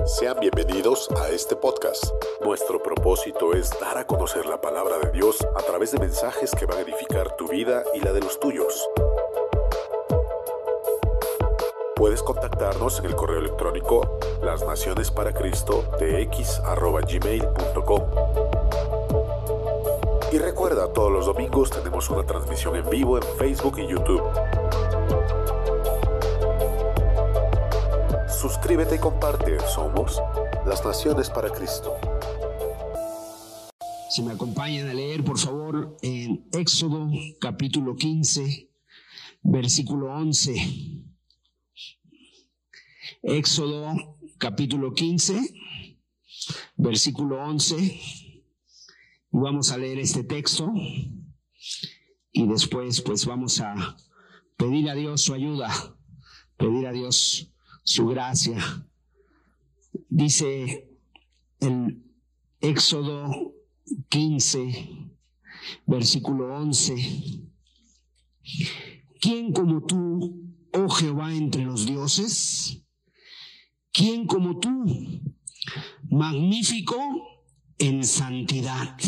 Sean bienvenidos a este podcast. Nuestro propósito es dar a conocer la palabra de Dios a través de mensajes que van a edificar tu vida y la de los tuyos. Puedes contactarnos en el correo electrónico lasnacionesparacristo@gmail.com. Y recuerda, todos los domingos tenemos una transmisión en vivo en Facebook y YouTube. Suscríbete y comparte. Somos Las Naciones para Cristo. Si me acompañan a leer, por favor, en Éxodo capítulo 15, versículo 11. Éxodo capítulo 15, versículo 11. Y vamos a leer este texto y después pues vamos a pedir a Dios su ayuda, pedir a Dios su gracia. Dice el Éxodo 15, versículo 11. ¿Quién como tú, oh Jehová, entre los dioses? ¿Quién como tú, magnífico en santidad,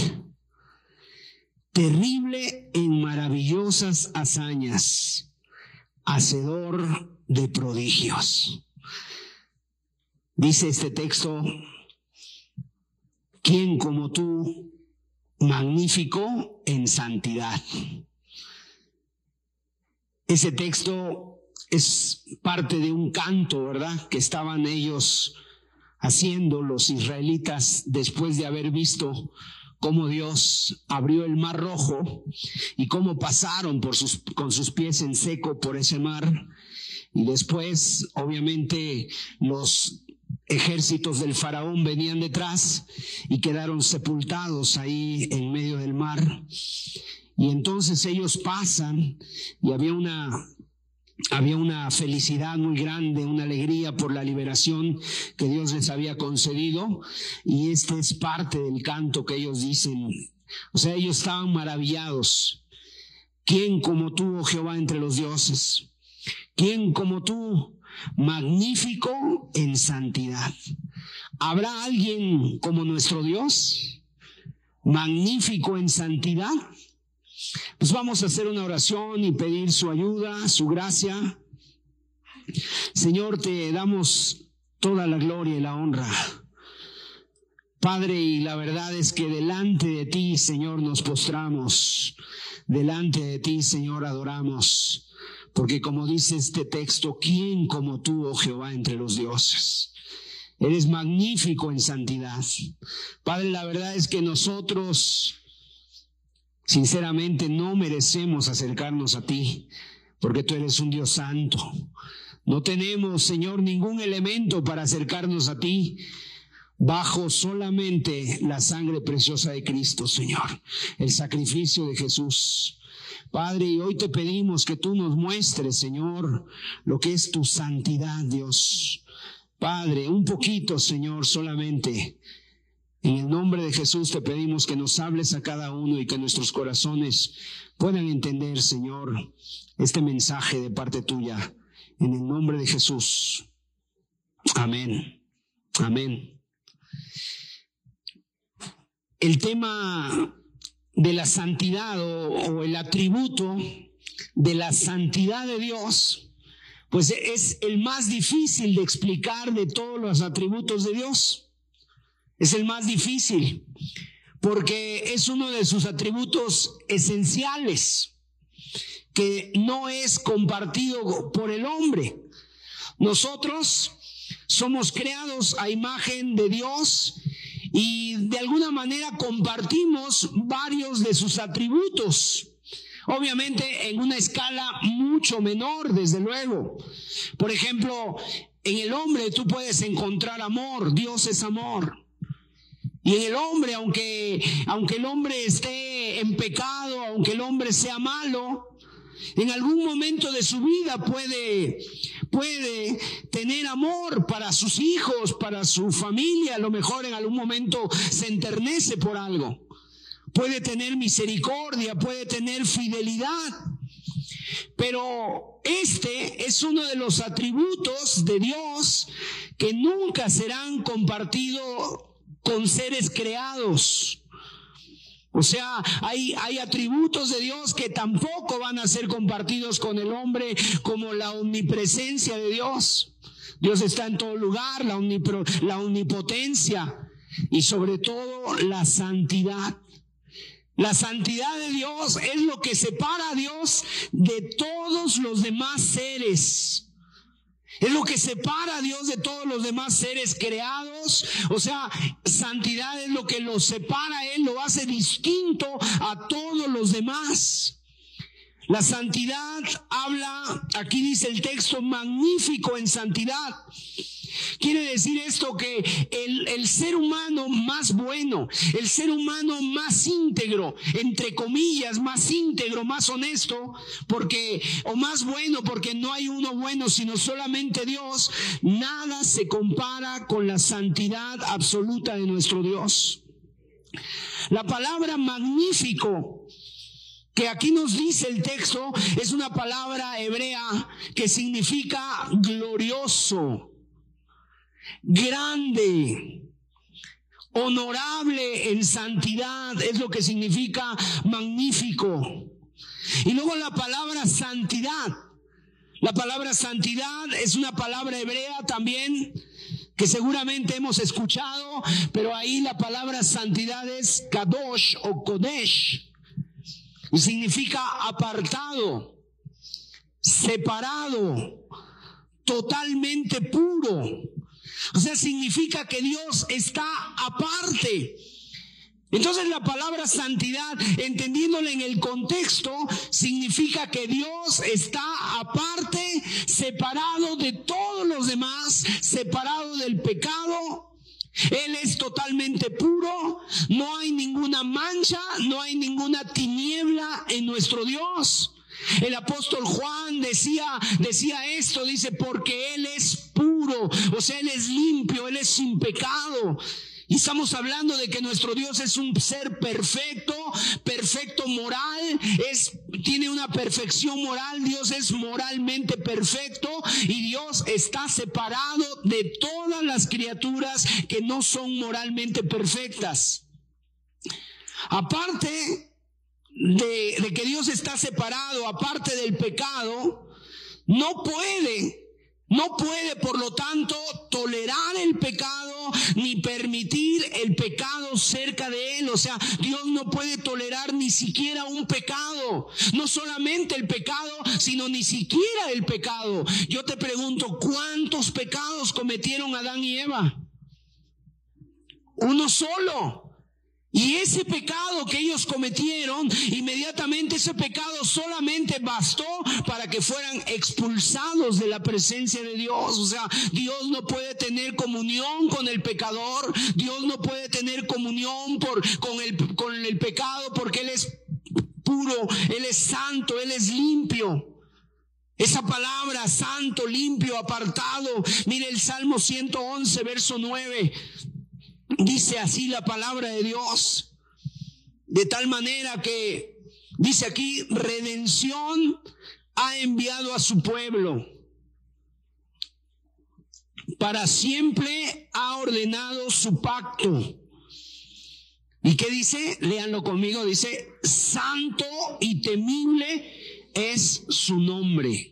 terrible en maravillosas hazañas, hacedor de prodigios? Dice este texto, ¿quién como tú, magnífico en santidad? Ese texto es parte de un canto, ¿verdad?, que estaban ellos haciendo, los israelitas, después de haber visto cómo Dios abrió el mar Rojo y cómo pasaron con sus pies en seco por ese mar. Y después, obviamente, los ejércitos del faraón venían detrás y quedaron sepultados ahí en medio del mar. Y entonces ellos pasan y había una felicidad muy grande, una alegría por la liberación que Dios les había concedido. Y este es parte del canto que ellos dicen. O sea, ellos estaban maravillados. ¿Quién como tú, oh Jehová, entre los dioses? ¿Quién como tú, magnífico en santidad? ¿Habrá alguien como nuestro Dios, magnífico en santidad? Pues vamos a hacer una oración y pedir su ayuda, su gracia. Señor, te damos toda la gloria y la honra, Padre, y la verdad es que delante de ti, Señor, nos postramos. Delante de ti, Señor, adoramos. Porque como dice este texto, ¿quién como tú, oh Jehová, entre los dioses? Eres magnífico en santidad. Padre, la verdad es que nosotros, sinceramente, no merecemos acercarnos a ti, porque tú eres un Dios santo. No tenemos, Señor, ningún elemento para acercarnos a ti, bajo solamente la sangre preciosa de Cristo, Señor, el sacrificio de Jesús. Padre, y hoy te pedimos que tú nos muestres, Señor, lo que es tu santidad, Dios. Padre, un poquito, Señor, solamente. En el nombre de Jesús te pedimos que nos hables a cada uno y que nuestros corazones puedan entender, Señor, este mensaje de parte tuya. En el nombre de Jesús. Amén. Amén. El tema de la santidad o el atributo de la santidad de Dios, pues es el más difícil de explicar de todos los atributos de Dios. Es el más difícil porque es uno de sus atributos esenciales que no es compartido por el hombre. Nosotros somos creados a imagen de Dios y de alguna manera compartimos varios de sus atributos. Obviamente en una escala mucho menor, desde luego. Por ejemplo, en el hombre tú puedes encontrar amor. Dios es amor. Y en el hombre, aunque el hombre esté en pecado, aunque el hombre sea malo, en algún momento de su vida puede tener amor para sus hijos, para su familia. A lo mejor en algún momento se enternece por algo. Puede tener misericordia, puede tener fidelidad. Pero este es uno de los atributos de Dios que nunca serán compartidos con seres creados. O sea, hay atributos de Dios que tampoco van a ser compartidos con el hombre, como la omnipresencia de Dios. Dios está en todo lugar, la omnipotencia y sobre todo la santidad. La santidad de Dios es lo que separa a Dios de todos los demás seres. Es lo que separa a Dios de todos los demás seres creados. O sea, santidad es lo que lo separa a Él, lo hace distinto a todos los demás. La santidad habla, aquí dice el texto, magnífico en santidad. Quiere decir esto que el ser humano más bueno, el ser humano más íntegro, entre comillas, más íntegro, más honesto, o más bueno, porque no hay uno bueno, sino solamente Dios, nada se compara con la santidad absoluta de nuestro Dios. La palabra magnífico, que aquí nos dice el texto, es una palabra hebrea que significa glorioso, grande, honorable en santidad, es lo que significa magnífico. Y luego la palabra santidad. La palabra santidad es una palabra hebrea también que seguramente hemos escuchado, pero ahí la palabra santidad es kadosh o kodesh. Y significa apartado, separado, totalmente puro. O sea, significa que Dios está aparte. Entonces la palabra santidad, entendiéndola en el contexto, significa que Dios está aparte, separado de todos los demás, separado del pecado. Él es totalmente puro, no hay ninguna mancha, no hay ninguna tiniebla en nuestro Dios. El apóstol Juan decía esto, dice, porque Él es puro, o sea, Él es limpio, Él es sin pecado. Y estamos hablando de que nuestro Dios es un ser perfecto, perfecto moral, tiene una perfección moral, Dios es moralmente perfecto y Dios está separado de todas las criaturas que no son moralmente perfectas. Aparte de que Dios está separado, aparte del pecado, no puede por lo tanto tolerar el pecado ni permitir el pecado cerca de Él. O sea, Dios no puede tolerar ni siquiera un pecado, no solamente el pecado, sino ni siquiera el pecado. Yo te pregunto, ¿cuántos pecados cometieron Adán y Eva? Uno solo. Y ese pecado que ellos cometieron, inmediatamente ese pecado solamente bastó para que fueran expulsados de la presencia de Dios. O sea, Dios no puede tener comunión con el pecador, Dios no puede tener comunión con el pecado, porque Él es puro, Él es santo, Él es limpio. Esa palabra, santo, limpio, apartado. Mire el Salmo 111, verso 9. Dice así la palabra de Dios, de tal manera que, dice aquí, redención ha enviado a su pueblo, para siempre ha ordenado su pacto. ¿Y qué dice? Léanlo conmigo, dice, santo y temible es su nombre.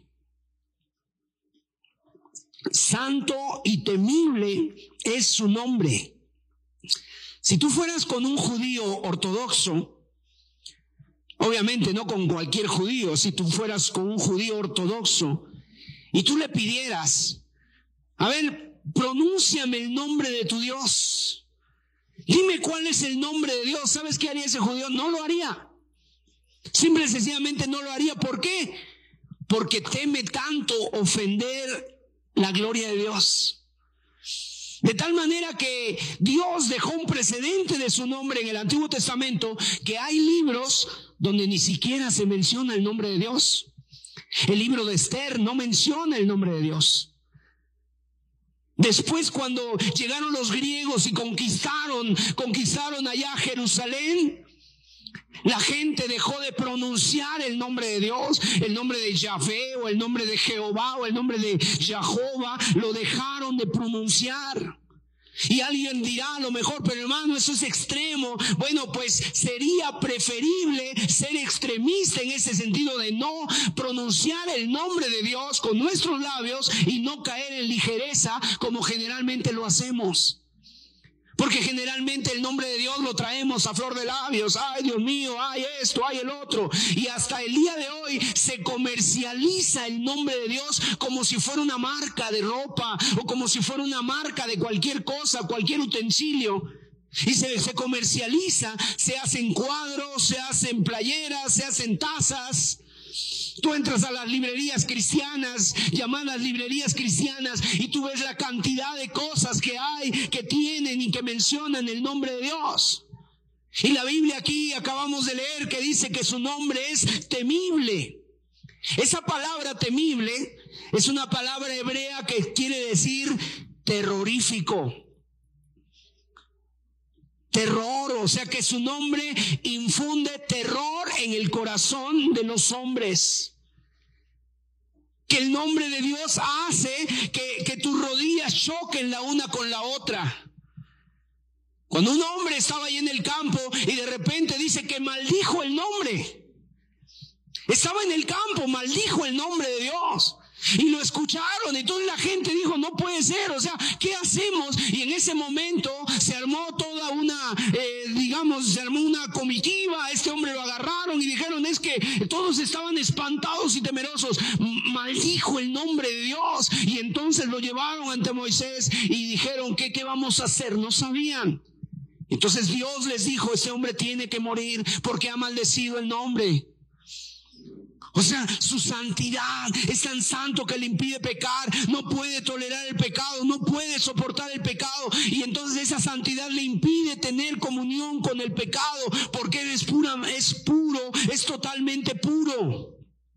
Santo y temible es su nombre. Si tú fueras con un judío ortodoxo, obviamente no con cualquier judío, si tú fueras con un judío ortodoxo y tú le pidieras, a ver, pronúnciame el nombre de tu Dios, dime cuál es el nombre de Dios, ¿sabes qué haría ese judío? No lo haría. Simple y sencillamente no lo haría. ¿Por qué? Porque teme tanto ofender la gloria de Dios. De tal manera que Dios dejó un precedente de su nombre en el Antiguo Testamento, que hay libros donde ni siquiera se menciona el nombre de Dios. El libro de Esther no menciona el nombre de Dios. Después, cuando llegaron los griegos y conquistaron allá Jerusalén, La gente dejó de pronunciar el nombre de Dios, el nombre de Yahvé o el nombre de Jehová o el nombre de Jehová, lo dejaron de pronunciar. Y alguien dirá a lo mejor, pero hermano, eso es extremo. Bueno, pues sería preferible ser extremista en ese sentido de no pronunciar el nombre de Dios con nuestros labios y no caer en ligereza como generalmente lo hacemos. Porque generalmente el nombre de Dios lo traemos a flor de labios. Ay, Dios mío, ay esto, ay el otro. Y hasta el día de hoy se comercializa el nombre de Dios como si fuera una marca de ropa o como si fuera una marca de cualquier cosa, cualquier utensilio. Y se comercializa, se hacen cuadros, se hacen playeras, se hacen tazas. Tú entras a las librerías cristianas, llamadas librerías cristianas, y tú ves la cantidad de cosas que hay, que tienen y que mencionan el nombre de Dios. Y la Biblia aquí acabamos de leer que dice que su nombre es temible. Esa palabra temible es una palabra hebrea que quiere decir terrorífico. Terror, o sea que su nombre infunde terror en el corazón de los hombres. Que el nombre de Dios hace que tus rodillas choquen la una con la otra. Cuando un hombre estaba ahí en el campo y de repente dice que maldijo el nombre. Estaba en el campo, maldijo el nombre de Dios. Y lo escucharon, entonces la gente dijo, no puede ser, o sea, ¿qué hacemos? Y en ese momento se armó toda una, se armó una comitiva. A este hombre lo agarraron y dijeron, es que todos estaban espantados y temerosos. Maldijo el nombre de Dios. Y entonces lo llevaron ante Moisés y dijeron, ¿qué vamos a hacer? No sabían. Entonces Dios les dijo, ese hombre tiene que morir porque ha maldecido el nombre. O sea, su santidad es tan santo que le impide pecar, no puede tolerar el pecado, no puede soportar el pecado, y entonces esa santidad le impide tener comunión con el pecado, porque él es puro, es totalmente puro.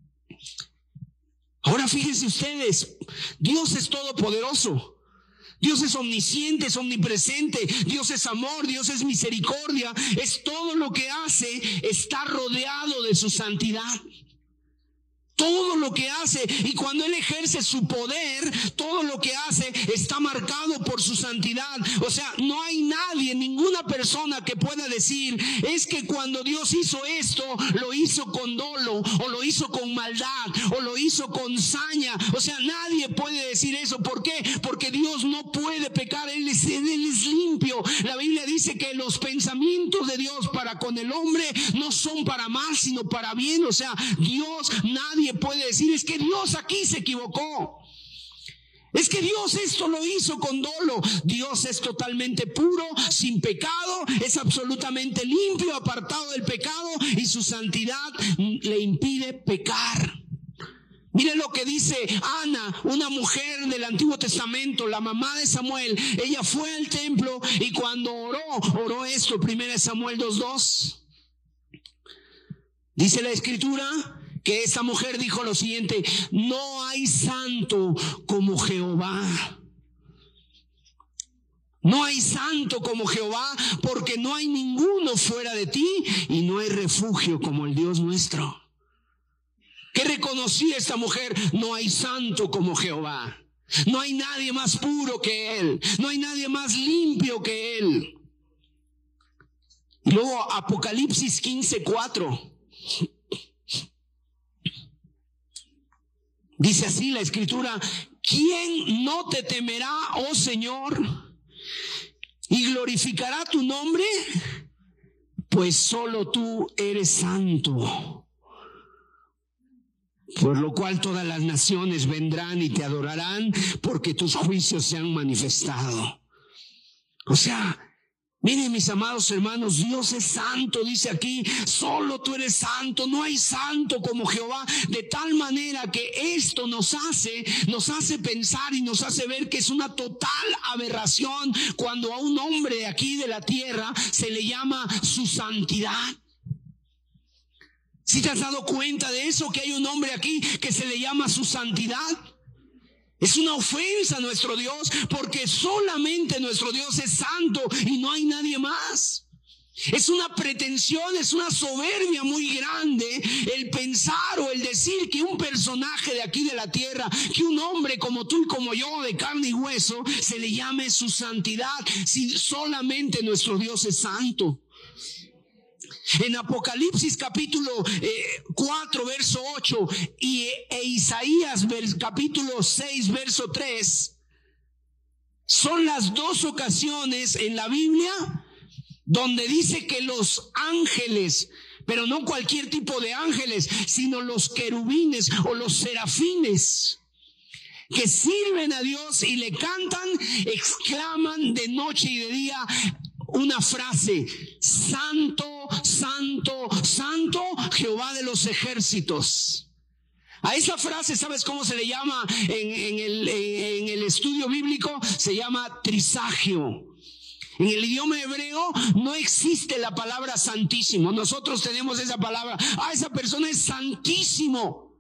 Ahora fíjense ustedes, Dios es todopoderoso. Dios es omnisciente, es omnipresente, Dios es amor, Dios es misericordia, es todo lo que hace, está rodeado de su santidad. Todo lo que hace, y cuando Él ejerce su poder, todo lo que hace está marcado por su santidad. O sea, no hay nadie, ninguna persona que pueda decir, es que cuando Dios hizo esto, lo hizo con dolo, o lo hizo con maldad, o lo hizo con saña. O sea, nadie puede decir eso. ¿Por qué? Porque Dios no puede pecar, Él es limpio. La Biblia dice que los pensamientos de Dios para con el hombre no son para mal, sino para bien. O sea, Dios, nadie puede decir, es que Dios aquí se equivocó. Es que Dios esto lo hizo con dolo. Dios es totalmente puro, sin pecado, es absolutamente limpio, apartado del pecado, y su santidad le impide pecar. Miren lo que dice Ana, una mujer del Antiguo Testamento, la mamá de Samuel. Ella fue al templo y cuando oró esto, 1 Samuel 2:2. Dice la Escritura que esa mujer dijo lo siguiente: no hay santo como Jehová. No hay santo como Jehová, porque no hay ninguno fuera de ti y no hay refugio como el Dios nuestro. ¿Qué reconocía esta mujer? No hay santo como Jehová. No hay nadie más puro que Él. No hay nadie más limpio que Él. Y luego Apocalipsis 15:4. Dice así la Escritura: ¿quién no te temerá, oh Señor, y glorificará tu nombre? Pues solo tú eres santo. Por lo cual todas las naciones vendrán y te adorarán, porque tus juicios se han manifestado. O sea, miren, mis amados hermanos, Dios es santo, dice aquí, solo tú eres santo, no hay santo como Jehová, de tal manera que esto nos hace pensar y nos hace ver que es una total aberración cuando a un hombre de aquí de la tierra se le llama su santidad. ¿Sí te has dado cuenta de eso? Que hay un hombre aquí que se le llama su santidad. Es una ofensa a nuestro Dios, porque solamente nuestro Dios es santo y no hay nadie más. Es una pretensión, es una soberbia muy grande el pensar o el decir que un personaje de aquí de la tierra, que un hombre como tú y como yo, de carne y hueso, se le llame su santidad, si solamente nuestro Dios es santo. En Apocalipsis capítulo 4 verso 8 e Isaías capítulo 6 verso 3 son las dos ocasiones en la Biblia donde dice que los ángeles, pero no cualquier tipo de ángeles, sino los querubines o los serafines que sirven a Dios y le cantan, exclaman de noche y de día una frase: Santo, Santo, Santo, Jehová de los ejércitos. A esa frase, ¿sabes cómo se le llama en el estudio bíblico? Se llama trisagio. En el idioma hebreo no existe la palabra santísimo. Nosotros tenemos esa palabra. Esa persona es santísimo,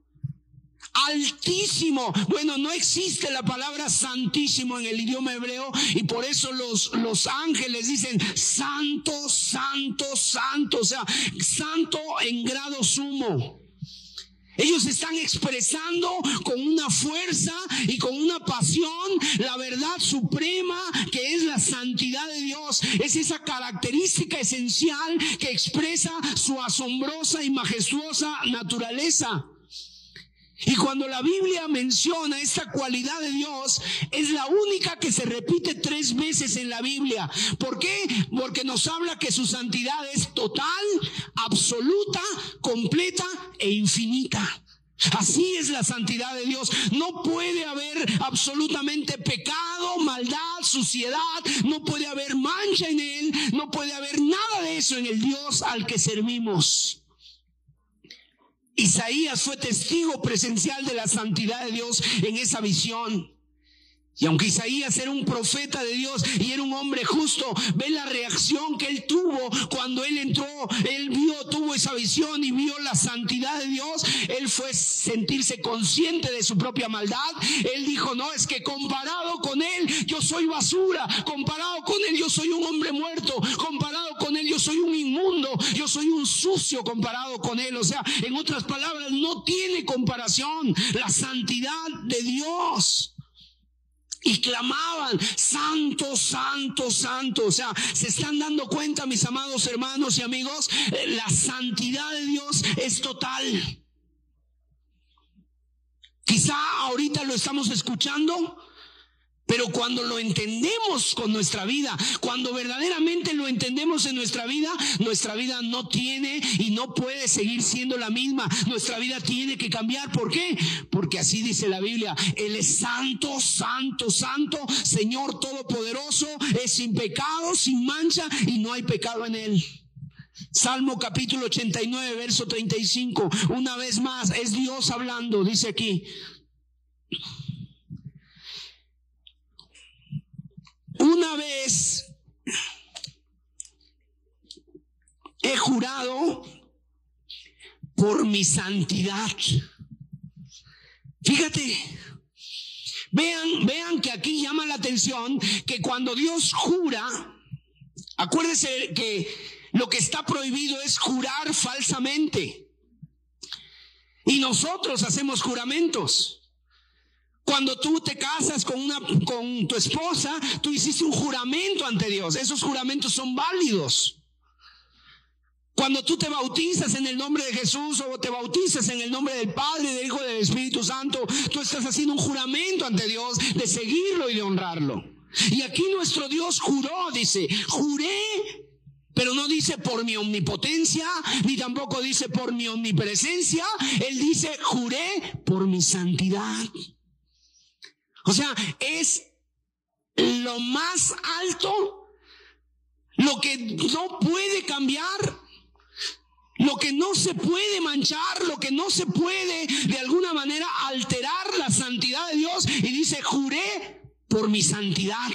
altísimo. Bueno, no existe la palabra santísimo en el idioma hebreo, y por eso los ángeles dicen santo, santo, santo. O sea, santo en grado sumo. Ellos están expresando con una fuerza y con una pasión la verdad suprema que es la santidad de Dios. Es esa característica esencial que expresa su asombrosa y majestuosa naturaleza. Y cuando la Biblia menciona esta cualidad de Dios, es la única que se repite 3 veces en la Biblia. ¿Por qué? Porque nos habla que su santidad es total, absoluta, completa e infinita. Así es la santidad de Dios. No puede haber absolutamente pecado, maldad, suciedad. No puede haber mancha en Él. No puede haber nada de eso en el Dios al que servimos. Isaías fue testigo presencial de la santidad de Dios en esa visión. Y aunque Isaías era un profeta de Dios y era un hombre justo, ve la reacción que él tuvo cuando él entró, tuvo esa visión y vio la santidad de Dios. Él fue sentirse consciente de su propia maldad. Él dijo: no, es que comparado con él yo soy basura, comparado con él yo soy un hombre muerto, comparado con él yo soy un inmundo, yo soy un sucio comparado con él. O sea, en otras palabras, no tiene comparación la santidad de Dios. Y clamaban: santo, santo, santo. O sea, se están dando cuenta, mis amados hermanos y amigos, la santidad de Dios es total. Quizá ahorita lo estamos escuchando, pero cuando lo entendemos con nuestra vida, cuando verdaderamente lo entendemos en nuestra vida no tiene y no puede seguir siendo la misma. Nuestra vida tiene que cambiar. ¿Por qué? Porque así dice la Biblia: Él es santo, santo, santo, Señor Todopoderoso, es sin pecado, sin mancha, y no hay pecado en Él. Salmo capítulo 89, verso 35. Una vez más, es Dios hablando, dice aquí: una vez he jurado por mi santidad. Fíjate, vean que aquí llama la atención que cuando Dios jura, acuérdese que lo que está prohibido es jurar falsamente. Y nosotros hacemos juramentos. Cuando tú te casas con tu esposa, tú hiciste un juramento ante Dios. Esos juramentos son válidos. Cuando tú te bautizas en el nombre de Jesús o te bautizas en el nombre del Padre, del Hijo y del Espíritu Santo, tú estás haciendo un juramento ante Dios de seguirlo y de honrarlo. Y aquí nuestro Dios juró, dice: juré. Pero no dice por mi omnipotencia, ni tampoco dice por mi omnipresencia. Él dice: juré por mi santidad. O sea, es lo más alto, lo que no puede cambiar, lo que no se puede manchar, lo que no se puede de alguna manera alterar la santidad de Dios. Y dice: juré por mi santidad.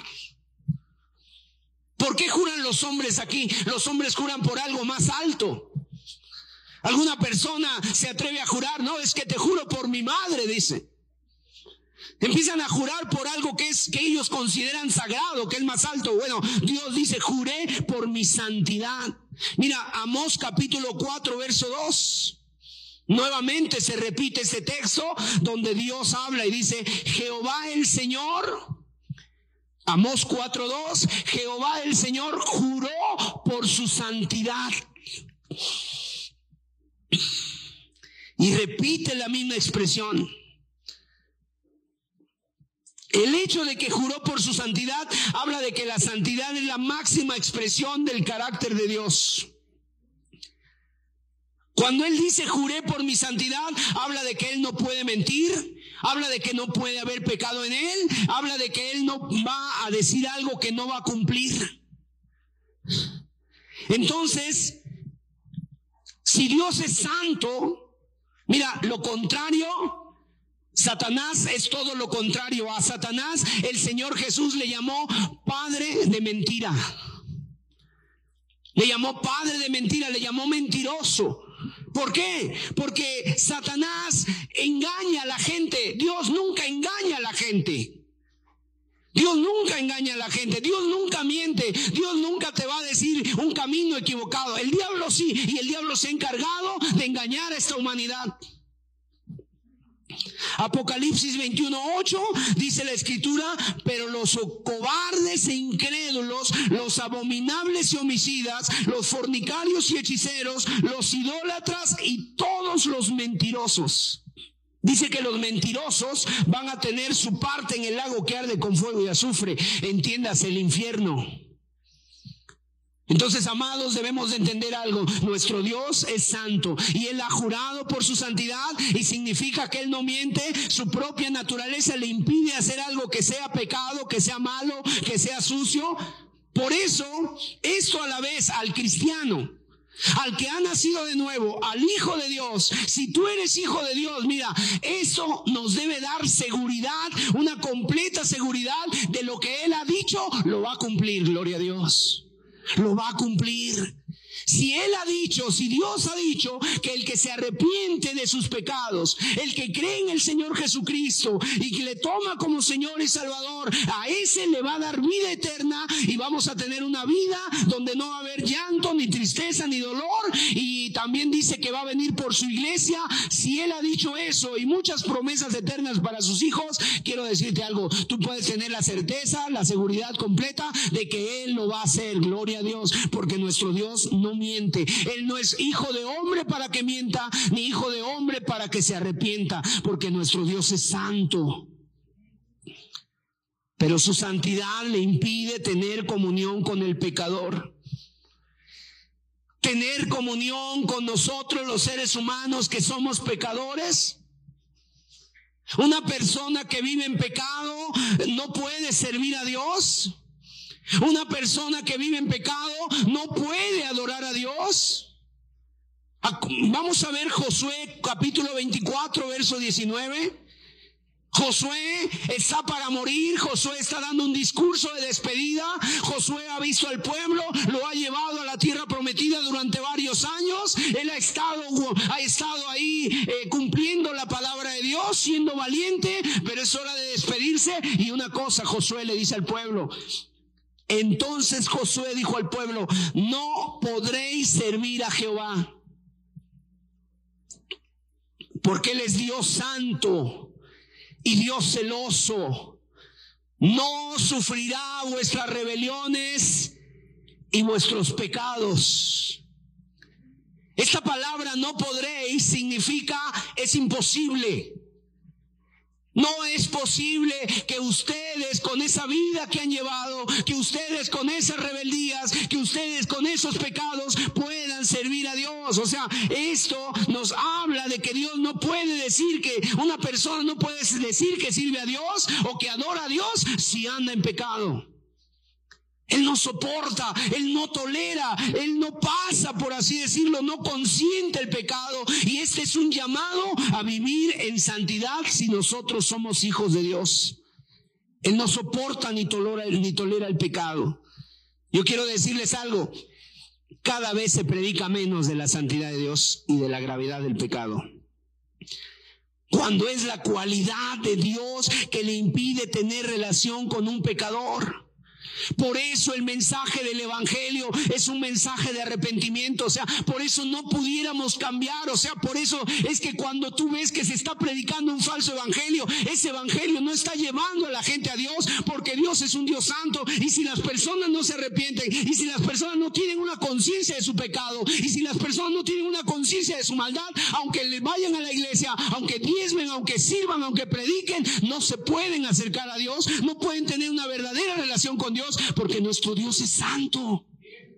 ¿Por qué juran los hombres aquí? Los hombres juran por algo más alto. Alguna persona se atreve a jurar: no, es que te juro por mi madre, dice. Empiezan a jurar por algo que ellos consideran sagrado, que es más alto. Bueno, Dios dice: juré por mi santidad. Mira, Amós capítulo 4, verso 2. Nuevamente se repite este texto donde Dios habla y dice: Jehová el Señor, Amós 4:2, Jehová el Señor juró por su santidad. Y repite la misma expresión. El hecho de que juró por su santidad habla de que la santidad es la máxima expresión del carácter de Dios. Cuando Él dice juré por mi santidad, habla de que Él no puede mentir, habla de que no puede haber pecado en Él, habla de que Él no va a decir algo que no va a cumplir. Entonces, si Dios es santo, mira, lo contrario, Satanás es todo lo contrario. A Satanás el Señor Jesús le llamó padre de mentira. Le llamó padre de mentira, le llamó mentiroso. ¿Por qué? Porque Satanás engaña a la gente. Dios nunca engaña a la gente. Dios nunca engaña a la gente. Dios nunca miente. Dios nunca te va a decir un camino equivocado. El diablo sí, y el diablo se ha encargado de engañar a esta humanidad. Apocalipsis 21:8 dice la escritura: pero los cobardes e incrédulos, los abominables y homicidas, los fornicarios y hechiceros, los idólatras y todos los mentirosos. Dice que los mentirosos van a tener su parte en el lago que arde con fuego y azufre, entiéndase, el infierno. Entonces, amados, debemos de entender algo. Nuestro Dios es santo y Él ha jurado por su santidad, y significa que Él no miente. Su propia naturaleza le impide hacer algo que sea pecado, que sea malo, que sea sucio. Por eso, esto a la vez al cristiano, al que ha nacido de nuevo, al Hijo de Dios, si tú eres hijo de Dios, mira, eso nos debe dar seguridad, una completa seguridad de lo que Él ha dicho, lo va a cumplir, gloria a Dios. Lo va a cumplir. Si Él ha dicho, si Dios ha dicho que el que se arrepiente de sus pecados, el que cree en el Señor Jesucristo y que le toma como Señor y Salvador, a ese le va a dar vida eterna, y vamos a tener una vida donde no va a haber llanto, ni tristeza, ni dolor. Y también dice que va a venir por su iglesia. Si Él ha dicho eso y muchas promesas eternas para sus hijos, quiero decirte algo: tú puedes tener la certeza, la seguridad completa de que Él lo va a hacer, gloria a Dios, porque nuestro Dios no miente. Él no es hijo de hombre para que mienta, ni hijo de hombre para que se arrepienta, porque nuestro Dios es santo. Pero su santidad le impide tener comunión con el pecador, tener comunión con nosotros los seres humanos que somos pecadores. Una persona que vive en pecado no puede servir a Dios. Una persona que vive en pecado no puede adorar a Dios. Vamos a ver Josué capítulo 24, verso 19. Josué está para morir. Josué está dando un discurso de despedida. Josué ha visto al pueblo, lo ha llevado a la tierra prometida durante varios años. Él ha estado ahí cumpliendo la palabra de Dios, siendo valiente, pero es hora de despedirse. Y una cosa Josué le dice al pueblo. Entonces Josué dijo al pueblo: no podréis servir a Jehová, porque Él es Dios santo y Dios celoso. No sufrirá vuestras rebeliones y vuestros pecados. Esta palabra no podréis significa es imposible. No es posible que ustedes con esa vida que han llevado, que ustedes con esas rebeldías, que ustedes con esos pecados puedan servir a Dios. O sea, esto nos habla de que Dios no puede decir, que una persona no puede decir que sirve a Dios o que adora a Dios si anda en pecado. Él no soporta, Él no tolera, Él no pasa, por así decirlo, no consiente el pecado. Y este es un llamado a vivir en santidad si nosotros somos hijos de Dios. Él no soporta ni tolera el pecado. Yo quiero decirles algo: cada vez se predica menos de la santidad de Dios y de la gravedad del pecado. Cuando es la cualidad de Dios que le impide tener relación con un pecador. Por eso el mensaje del evangelio es un mensaje de arrepentimiento. O sea, por eso no pudiéramos cambiar. O sea, por eso es que cuando tú ves que se está predicando un falso evangelio, ese evangelio no está llevando a la gente a Dios, porque Dios es un Dios santo. Y si las personas no se arrepienten, y si las personas no tienen una conciencia de su pecado, y si las personas no tienen una conciencia de su maldad, aunque le vayan a la iglesia, aunque diezmen, aunque sirvan, aunque prediquen, no se pueden acercar a Dios, no pueden tener una verdadera relación con Dios, porque nuestro Dios es santo.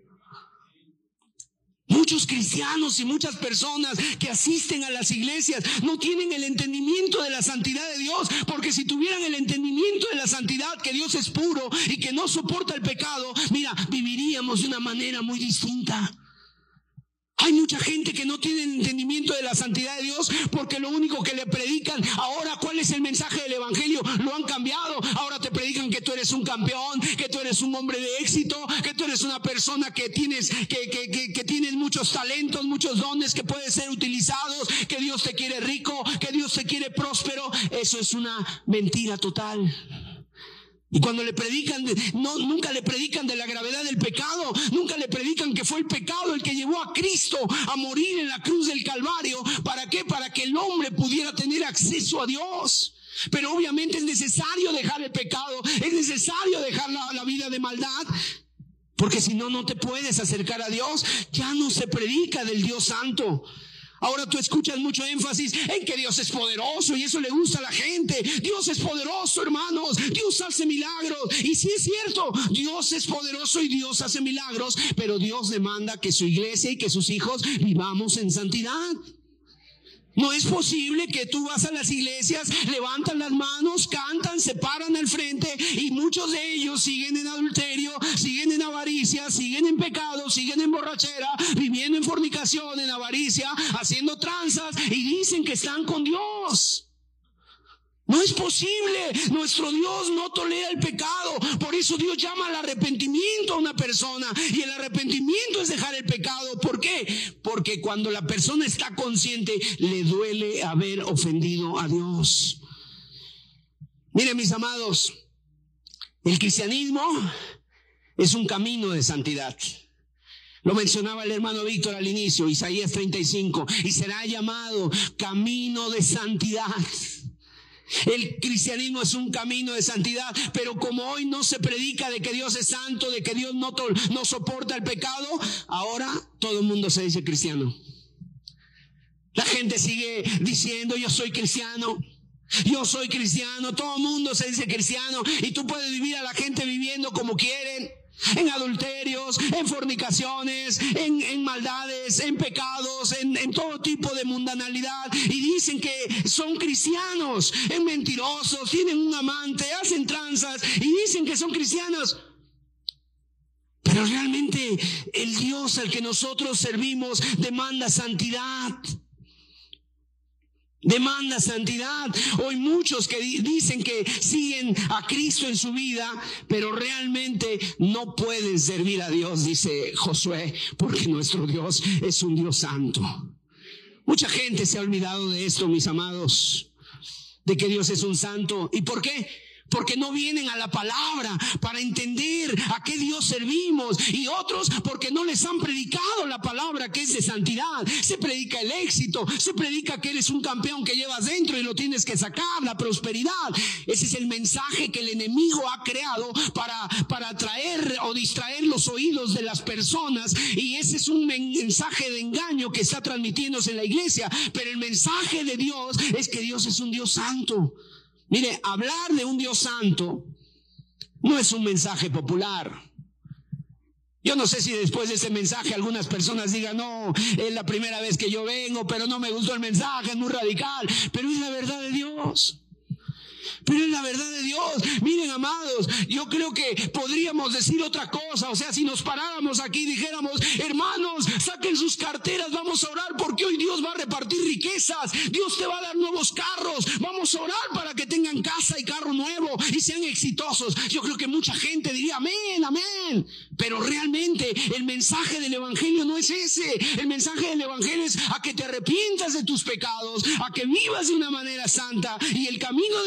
Muchos cristianos y muchas personas que asisten a las iglesias no tienen el entendimiento de la santidad de Dios, porque si tuvieran el entendimiento de la santidad, que Dios es puro y que no soporta el pecado, mira, viviríamos de una manera muy distinta. Hay mucha gente que no tiene el entendimiento de la santidad de Dios, porque lo único que le predican ahora, ¿cuál es el mensaje del evangelio? Lo han cambiado. Ahora te predican que tú eres un campeón, que tú eres un hombre de éxito, que tú eres una persona que tienes muchos talentos, muchos dones que pueden ser utilizados, que Dios te quiere rico, que Dios te quiere próspero. Eso es una mentira total. Y cuando le predican, nunca le predican de la gravedad del pecado, nunca le predican que fue el pecado el que llevó a Cristo a morir en la cruz del Calvario. ¿Para qué? Para que el hombre pudiera tener acceso a Dios. Pero obviamente es necesario dejar el pecado, es necesario dejar la vida de maldad, porque si no, no te puedes acercar a Dios. Ya no se predica del Dios santo. Ahora tú escuchas mucho énfasis en que Dios es poderoso, y eso le gusta a la gente. Dios es poderoso, hermanos. Dios hace milagros. Y sí es cierto, Dios es poderoso y Dios hace milagros, pero Dios demanda que su iglesia y que sus hijos vivamos en santidad. No es posible que tú vas a las iglesias, levantan las manos, cantan, se paran al frente, y muchos de ellos siguen en adulterio, siguen en avaricia, siguen en pecado, siguen en borrachera, viviendo en fornicación, en avaricia, haciendo tranzas, y dicen que están con Dios. No es posible. Nuestro Dios no tolera el pecado. Por eso Dios llama al arrepentimiento a una persona. Y el arrepentimiento es dejar el pecado. ¿Por qué? Porque cuando la persona está consciente, le duele haber ofendido a Dios. Miren, mis amados, el cristianismo es un camino de santidad. Lo mencionaba el hermano Víctor al inicio, Isaías 35. Y será llamado camino de santidad. El cristianismo es un camino de santidad, pero como hoy no se predica de que Dios es santo, de que Dios no soporta el pecado, ahora todo el mundo se dice cristiano. La gente sigue diciendo: yo soy cristiano, yo soy cristiano. Todo el mundo se dice cristiano, y tú puedes vivir a la gente viviendo como quieren, en adulterios, en fornicaciones, en maldades, en pecados, en todo tipo de mundanalidad, y dicen que son cristianos, en mentirosos, tienen un amante, hacen tranzas y dicen que son cristianos. Pero realmente el Dios al que nosotros servimos demanda santidad. Demanda santidad. Hoy muchos que dicen que siguen a Cristo en su vida, pero realmente no pueden servir a Dios, dice Josué, porque nuestro Dios es un Dios santo. Mucha gente se ha olvidado de esto, mis amados, de que Dios es un santo. ¿Y por qué? Porque no vienen a la palabra para entender a qué Dios servimos, y otros porque no les han predicado la palabra, que es de santidad. Se predica el éxito, se predica que eres un campeón que llevas dentro y lo tienes que sacar, la prosperidad. Ese es el mensaje que el enemigo ha creado para atraer o distraer los oídos de las personas, y ese es un mensaje de engaño que está transmitiéndose en la iglesia. Pero el mensaje de Dios es que Dios es un Dios santo. Mire, hablar de un Dios santo no es un mensaje popular. Yo no sé si después de ese mensaje algunas personas digan: no, es la primera vez que yo vengo, pero no me gustó el mensaje, es muy radical. Pero es la verdad de Dios. Pero es la verdad de Dios. Miren, amados, yo creo que podríamos decir otra cosa. O sea, si nos paráramos aquí y dijéramos: hermanos, saquen sus carteras, vamos a orar porque hoy Dios va a repartir riquezas, Dios te va a dar nuevos carros, vamos a orar para que tengan casa y carro nuevo y sean exitosos. Yo creo que mucha gente diría: amén, amén. Pero realmente el mensaje del evangelio no es ese. El mensaje del evangelio es a que te arrepientas de tus pecados, a que vivas de una manera santa, y el camino de Dios es un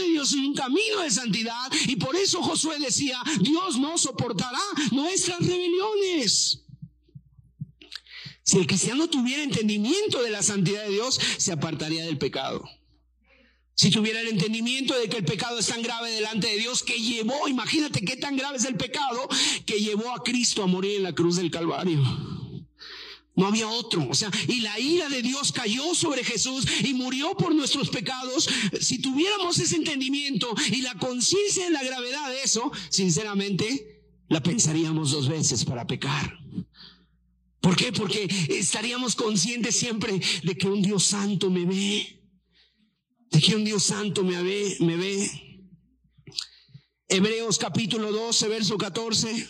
un camino de santidad, y por eso Josué decía, Dios no soportará nuestras rebeliones. Si el cristiano tuviera entendimiento de la santidad de Dios, se apartaría del pecado. Si tuviera el entendimiento de que el pecado es tan grave delante de Dios que llevó, imagínate qué tan grave es el pecado, que llevó a Cristo a morir en la cruz del Calvario. No había otro, y la ira de Dios cayó sobre Jesús y murió por nuestros pecados. Si tuviéramos ese entendimiento y la conciencia de la gravedad de eso, sinceramente, la pensaríamos 2 veces para pecar. ¿Por qué? Porque estaríamos conscientes siempre de que un Dios santo me ve. De que un Dios santo me ve. Hebreos capítulo 12, verso 14.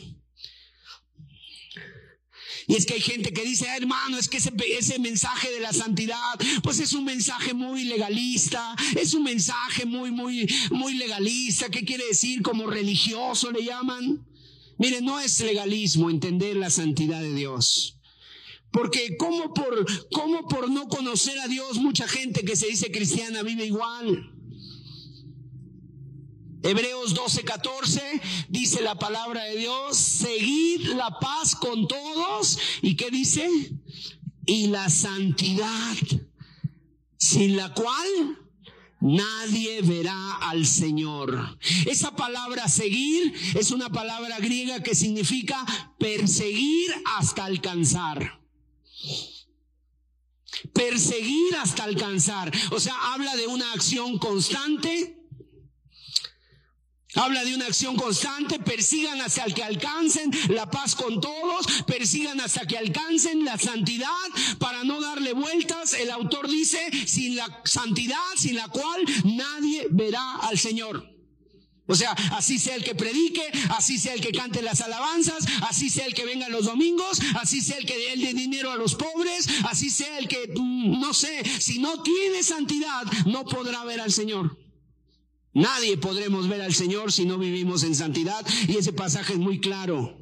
Y es que hay gente que dice, hermano, es que ese mensaje de la santidad, pues es un mensaje muy legalista, es un mensaje muy legalista. ¿Qué quiere decir? Como religioso le llaman. Mire, no es legalismo entender la santidad de Dios. Porque ¿cómo por no conocer a Dios mucha gente que se dice cristiana vive igual? Hebreos 12:14 dice la palabra de Dios, seguid la paz con todos. ¿Y qué dice? Y la santidad, sin la cual nadie verá al Señor. Esa palabra seguir es una palabra griega que significa perseguir hasta alcanzar. Perseguir hasta alcanzar. Habla de una acción constante. Habla de una acción constante. Persigan hasta que alcancen la paz con todos. Persigan hasta que alcancen la santidad para no darle vueltas. El autor dice, sin la santidad, sin la cual nadie verá al Señor. Así sea el que predique, así sea el que cante las alabanzas, así sea el que venga los domingos, así sea el que dé el dinero a los pobres, así sea el que, si no tiene santidad, no podrá ver al Señor. Nadie podremos ver al Señor si no vivimos en santidad, y ese pasaje es muy claro.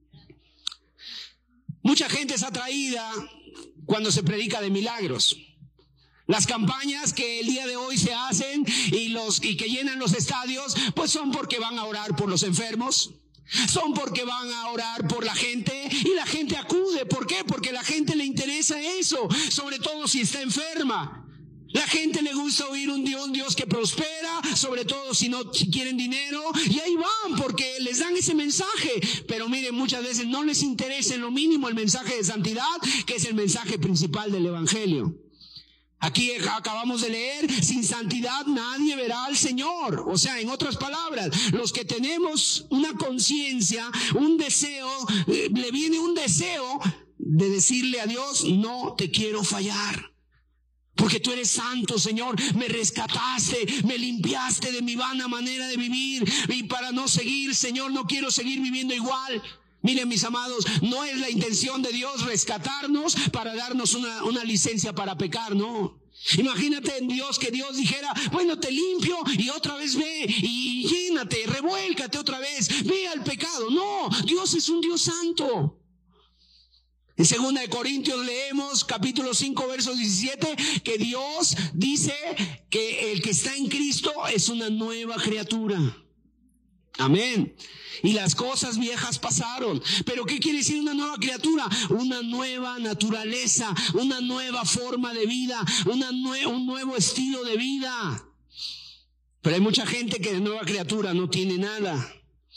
Mucha gente es atraída cuando se predica de milagros. Las campañas que el día de hoy se hacen y que llenan los estadios, pues son porque van a orar por los enfermos, son porque van a orar por la gente, y la gente acude. ¿Por qué? Porque a la gente le interesa eso, sobre todo si está enferma. La gente le gusta oír un Dios que prospera, sobre todo si quieren dinero, y ahí van porque les dan ese mensaje. Pero miren, muchas veces no les interesa en lo mínimo el mensaje de santidad, que es el mensaje principal del evangelio. Aquí acabamos de leer, sin santidad nadie verá al Señor. En otras palabras, los que tenemos una conciencia, un deseo, le viene un deseo de decirle a Dios, no te quiero fallar. Porque tú eres santo, Señor, me rescataste, me limpiaste de mi vana manera de vivir, y para no seguir, Señor, no quiero seguir viviendo igual. Miren, mis amados, no es la intención de Dios rescatarnos para darnos una licencia para pecar, no. Imagínate en Dios que Dios dijera, bueno, te limpio y otra vez ve y llénate, revuélcate otra vez, ve al pecado. No, Dios es un Dios santo. En 2 de Corintios leemos capítulo 5 verso 17 que Dios dice que el que está en Cristo es una nueva criatura. Amén. Y las cosas viejas pasaron. ¿Pero qué quiere decir una nueva criatura? Una nueva naturaleza, una nueva forma de vida, un nuevo estilo de vida. Pero hay mucha gente que de nueva criatura no tiene nada.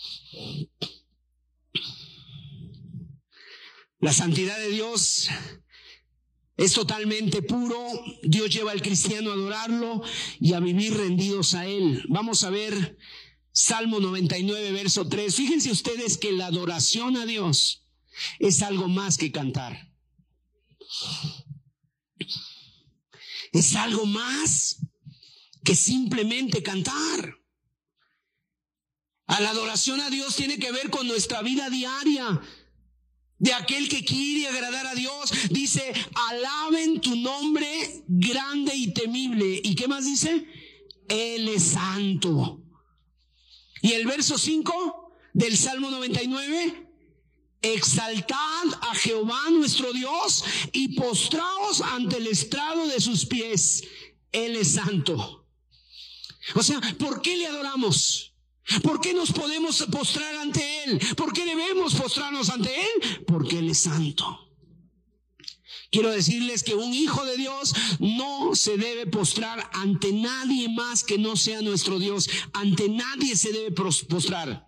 La santidad de Dios es totalmente puro. Dios lleva al cristiano a adorarlo y a vivir rendidos a Él. Vamos a ver Salmo 99, verso 3. Fíjense ustedes que la adoración a Dios es algo más que cantar. Es algo más que simplemente cantar. La adoración a Dios tiene que ver con nuestra vida diaria. De aquel que quiere agradar a Dios, dice, alaben tu nombre grande y temible. ¿Y qué más dice? Él es santo. Y el verso 5 del Salmo 99, exaltad a Jehová nuestro Dios y postraos ante el estrado de sus pies. Él es santo. O sea, ¿por qué le adoramos? ¿Por qué nos podemos postrar ante Él? ¿Por qué debemos postrarnos ante Él? Porque Él es santo. Quiero decirles que un hijo de Dios no se debe postrar ante nadie más que no sea nuestro Dios. Ante nadie se debe postrar.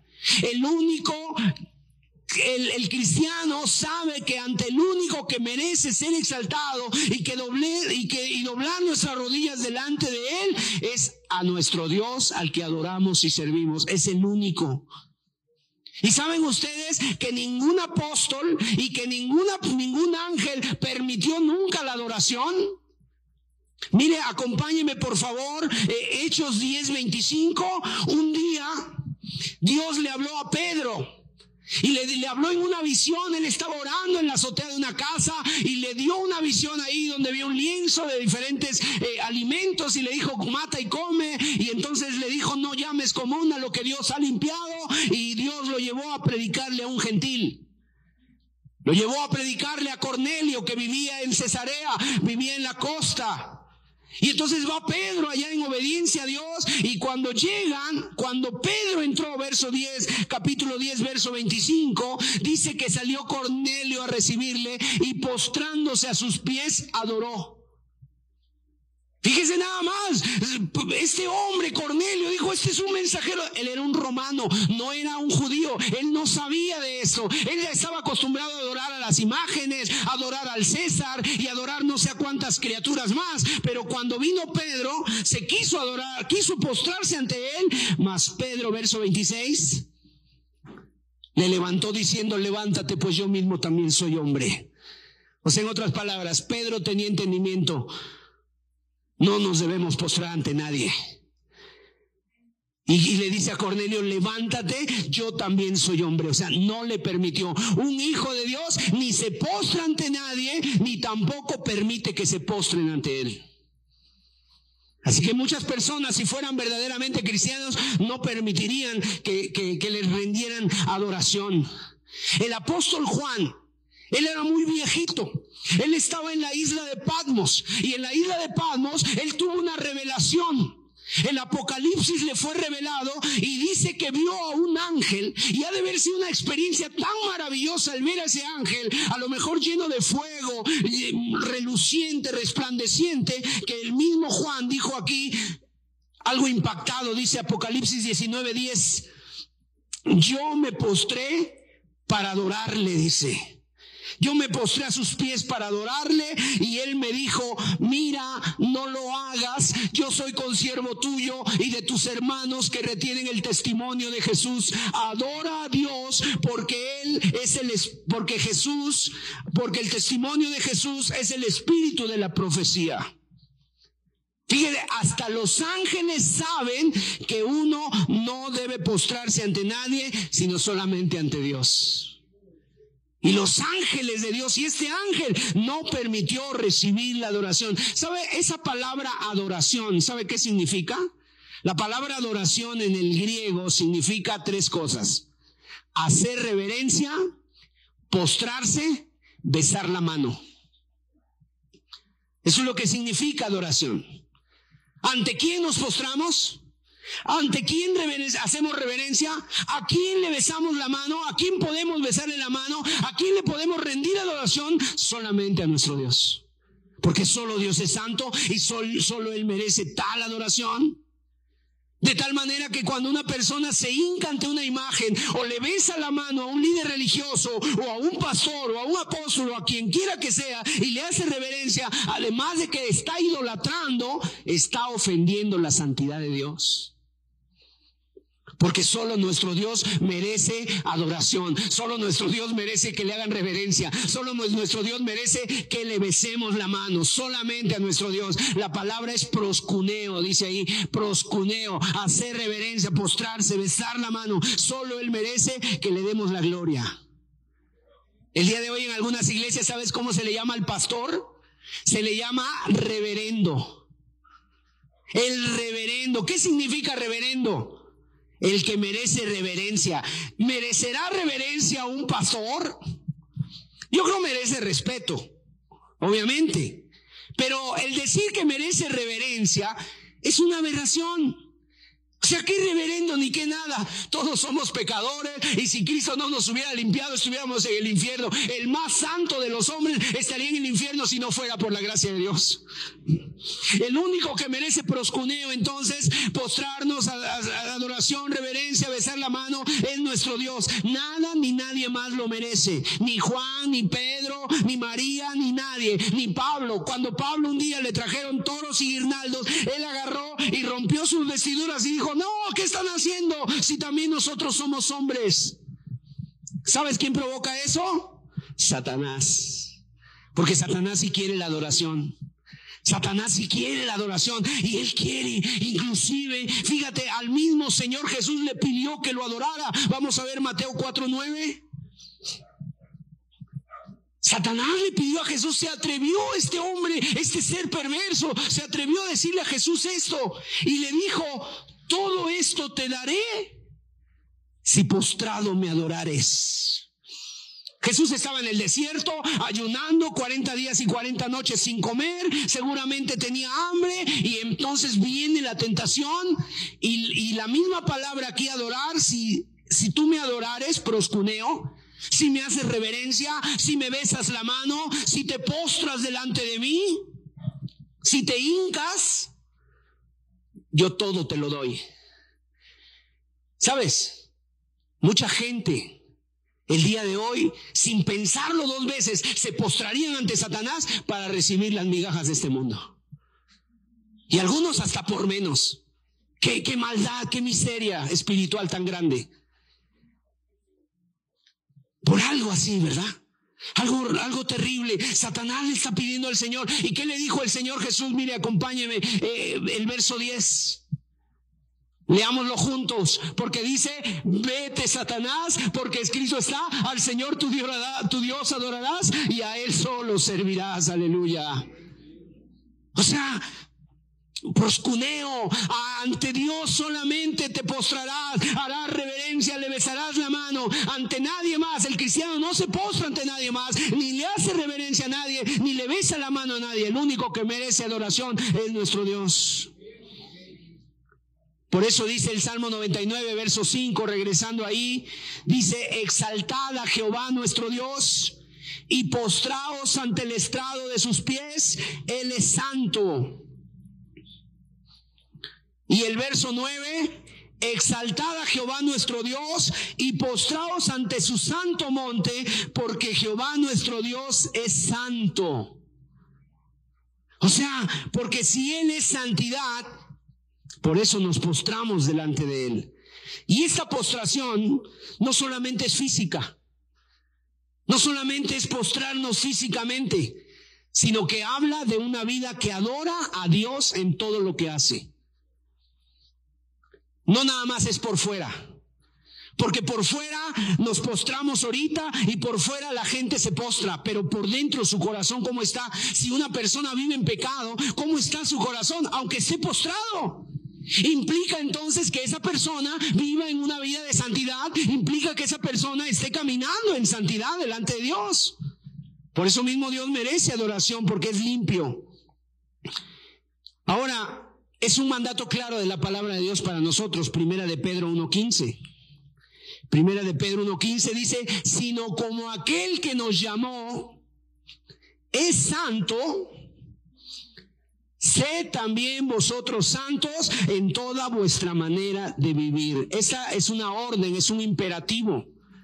El cristiano sabe que ante el único que merece ser exaltado y doblar nuestras rodillas delante de Él es a nuestro Dios, al que adoramos y servimos. Es el único. Y saben ustedes que ningún apóstol y que ningún ángel permitió nunca la adoración. Mire, acompáñeme por favor, Hechos 10:25. Un día Dios le habló a Pedro y le habló en una visión. Él estaba orando en la azotea de una casa y le dio una visión ahí donde había un lienzo de diferentes alimentos y le dijo: mata y come. Y entonces le dijo: no llames común a lo que Dios ha limpiado. Y Dios lo llevó a predicarle a un gentil. Lo llevó a predicarle a Cornelio, que vivía en Cesarea, vivía en la costa. Y entonces va Pedro allá en obediencia a Dios, y cuando Pedro entró, capítulo 10, verso 25, dice que salió Cornelio a recibirle y postrándose a sus pies adoró. Fíjese nada más, este hombre Cornelio dijo: este es un mensajero. Él era un romano, no era un judío. Él no sabía de eso. Él ya estaba acostumbrado a adorar a las imágenes, a adorar al César y adorar no sé a cuántas criaturas más. Pero cuando vino Pedro, se quiso adorar, quiso postrarse ante él. Mas Pedro, verso 26, le levantó diciendo: levántate, pues yo mismo también soy hombre. O sea, en otras palabras, Pedro tenía entendimiento. No nos debemos postrar ante nadie. Y le dice a Cornelio: levántate, yo también soy hombre. O sea, no le permitió. Un hijo de Dios ni se postra ante nadie, ni tampoco permite que se postren ante él. Así que muchas personas, si fueran verdaderamente cristianos, no permitirían que les rendieran adoración. El apóstol Juan, él era muy viejito. Él estaba en la isla de Patmos, y en la isla de Patmos él tuvo una revelación. El Apocalipsis le fue revelado y dice que vio a un ángel, y ha de haber sido una experiencia tan maravillosa al ver a ese ángel, a lo mejor lleno de fuego, reluciente, resplandeciente, que el mismo Juan dijo aquí algo impactado. Dice Apocalipsis 19:10: yo me postré para adorarle, dice. Yo me postré a sus pies para adorarle, y él me dijo: mira, no lo hagas, yo soy consiervo tuyo y de tus hermanos que retienen el testimonio de Jesús. Adora a Dios, porque porque el testimonio de Jesús es el espíritu de la profecía. Fíjate, hasta los ángeles saben que uno no debe postrarse ante nadie, sino solamente ante Dios. Y los ángeles de Dios, y este ángel no permitió recibir la adoración. ¿Sabe esa palabra adoración? ¿Sabe qué significa? La palabra adoración en el griego significa tres cosas: hacer reverencia, postrarse, besar la mano. Eso es lo que significa adoración. ¿Ante quién nos postramos? ¿Ante quién hacemos reverencia? ¿A quién le besamos la mano? ¿A quién podemos besarle la mano? ¿A quién le podemos rendir adoración? Solamente a nuestro Dios. Porque solo Dios es santo y solo Él merece tal adoración. De tal manera que cuando una persona se hinca ante una imagen o le besa la mano a un líder religioso o a un pastor o a un apóstol o a quien quiera que sea y le hace reverencia, además de que está idolatrando, está ofendiendo la santidad de Dios. Porque solo nuestro Dios merece adoración. Solo nuestro Dios merece que le hagan reverencia. Solo nuestro Dios merece que le besemos la mano. Solamente a nuestro Dios. La palabra es proscuneo, dice ahí. Proscuneo, hacer reverencia, postrarse, besar la mano. Solo Él merece que le demos la gloria. El día de hoy en algunas iglesias, ¿sabes cómo se le llama al pastor? Se le llama reverendo. El reverendo. ¿Qué significa reverendo? El que merece reverencia. ¿Merecerá reverencia un pastor? Yo creo que merece respeto, obviamente. Pero el decir que merece reverencia es una aberración. O sea, qué reverendo ni qué nada. Todos somos pecadores y si Cristo no nos hubiera limpiado, estuviéramos en el infierno. El más santo de los hombres estaría en el infierno si no fuera por la gracia de Dios. El único que merece proscuneo, entonces, postrarnos a adoración, reverencia, besar la mano, es nuestro Dios. Nada ni nadie más lo merece. Ni Juan, ni Pedro, ni María, ni nadie, ni Pablo. Cuando Pablo un día le trajeron toros y guirnaldos, él agarró y rompió sus vestiduras y dijo: no, ¿qué están haciendo? Si también nosotros somos hombres. ¿Sabes quién provoca eso? Satanás. Porque Satanás sí quiere la adoración. Satanás sí quiere la adoración y él quiere, inclusive, fíjate, al mismo Señor Jesús le pidió que lo adorara. Vamos a ver Mateo 4:9. Satanás le pidió a Jesús, se atrevió este hombre, este ser perverso, se atrevió a decirle a Jesús esto y le dijo: todo esto te daré si postrado me adorares. Jesús estaba en el desierto ayunando 40 días y 40 noches sin comer, seguramente tenía hambre y entonces viene la tentación y la misma palabra aquí, adorar, si tú me adorares, proscuneo, si me haces reverencia, si me besas la mano, si te postras delante de mí, si te hincas, yo todo te lo doy. ¿Sabes? Mucha gente el día de hoy, sin pensarlo dos veces, se postrarían ante Satanás para recibir las migajas de este mundo. Y algunos hasta por menos. Qué maldad, qué miseria espiritual tan grande. Por algo así, ¿verdad? Algo terrible. Satanás le está pidiendo al Señor. ¿Y qué le dijo el Señor Jesús? Mire, acompáñeme, el verso 10. Leámoslo juntos, porque dice: vete, Satanás, porque escrito está: al Señor tu Dios adorarás y a Él solo servirás. Aleluya. O sea, proscuneo, ante Dios solamente te postrarás, harás reverencia, le besarás la mano, ante nadie más. El cristiano no se postra ante nadie más, ni le hace reverencia a nadie, ni le besa la mano a nadie. El único que merece adoración es nuestro Dios. Por eso dice el Salmo 99, verso 5, regresando ahí, dice: exaltad a Jehová nuestro Dios y postraos ante el estrado de sus pies, Él es santo. Y el verso 9, exaltad a Jehová nuestro Dios y postraos ante su santo monte, porque Jehová nuestro Dios es santo. O sea, porque si Él es santidad, por eso nos postramos delante de Él. Y esta postración no solamente es física, no solamente es postrarnos físicamente, sino que habla de una vida que adora a Dios en todo lo que hace. No nada más es por fuera, porque por fuera nos postramos ahorita y por fuera la gente se postra, pero por dentro su corazón, ¿cómo está? Si una persona vive en pecado, ¿cómo está su corazón? Aunque esté postrado. Implica entonces que esa persona viva en una vida de santidad, implica que esa persona esté caminando en santidad delante de Dios. Por eso mismo Dios merece adoración, porque es limpio. Ahora, es un mandato claro de la palabra de Dios para nosotros. Primera de Pedro 1:15. Primera de Pedro 1:15 dice: sino como aquel que nos llamó es santo, sed también vosotros santos en toda vuestra manera de vivir. Esa es una orden, es un imperativo.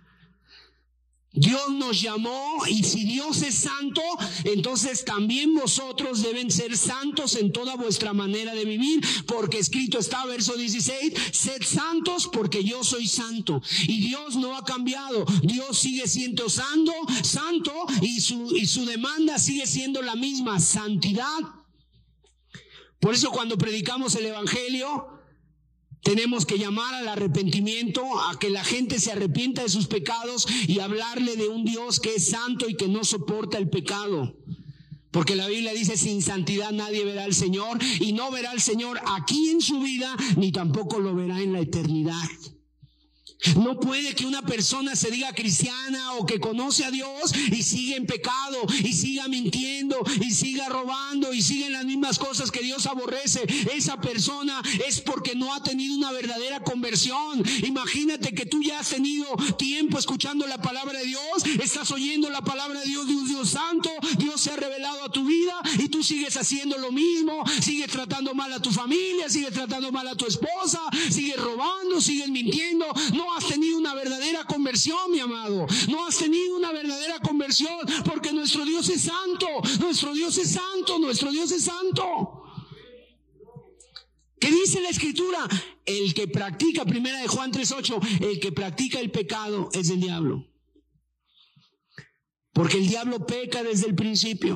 Dios nos llamó, y si Dios es santo, entonces también vosotros deben ser santos en toda vuestra manera de vivir, porque escrito está, verso 16, sed santos porque yo soy santo. Y Dios no ha cambiado, Dios sigue siendo santo, y su demanda sigue siendo la misma, santidad. Por eso cuando predicamos el evangelio, tenemos que llamar al arrepentimiento, a que la gente se arrepienta de sus pecados y hablarle de un Dios que es santo y que no soporta el pecado. Porque la Biblia dice: sin santidad nadie verá al Señor, y no verá al Señor aquí en su vida, ni tampoco lo verá en la eternidad. No puede que una persona se diga cristiana o que conoce a Dios y siga en pecado y siga mintiendo y siga robando y siga en las mismas cosas que Dios aborrece. Esa persona es porque no ha tenido una verdadera conversión. Imagínate que tú ya has tenido tiempo escuchando la palabra de Dios, estás oyendo la palabra de Dios santo, Dios se ha revelado a tu vida y tú sigues haciendo lo mismo, sigues tratando mal a tu familia, sigues tratando mal a tu esposa, sigues robando, sigues mintiendo. No has tenido una verdadera conversión, mi amado. No has tenido una verdadera conversión, porque nuestro Dios es santo. Nuestro Dios es santo. Nuestro Dios es santo. ¿Qué dice la Escritura? El que practica, primera de Juan 3:8, el que practica el pecado es del diablo. Porque el diablo peca desde el principio.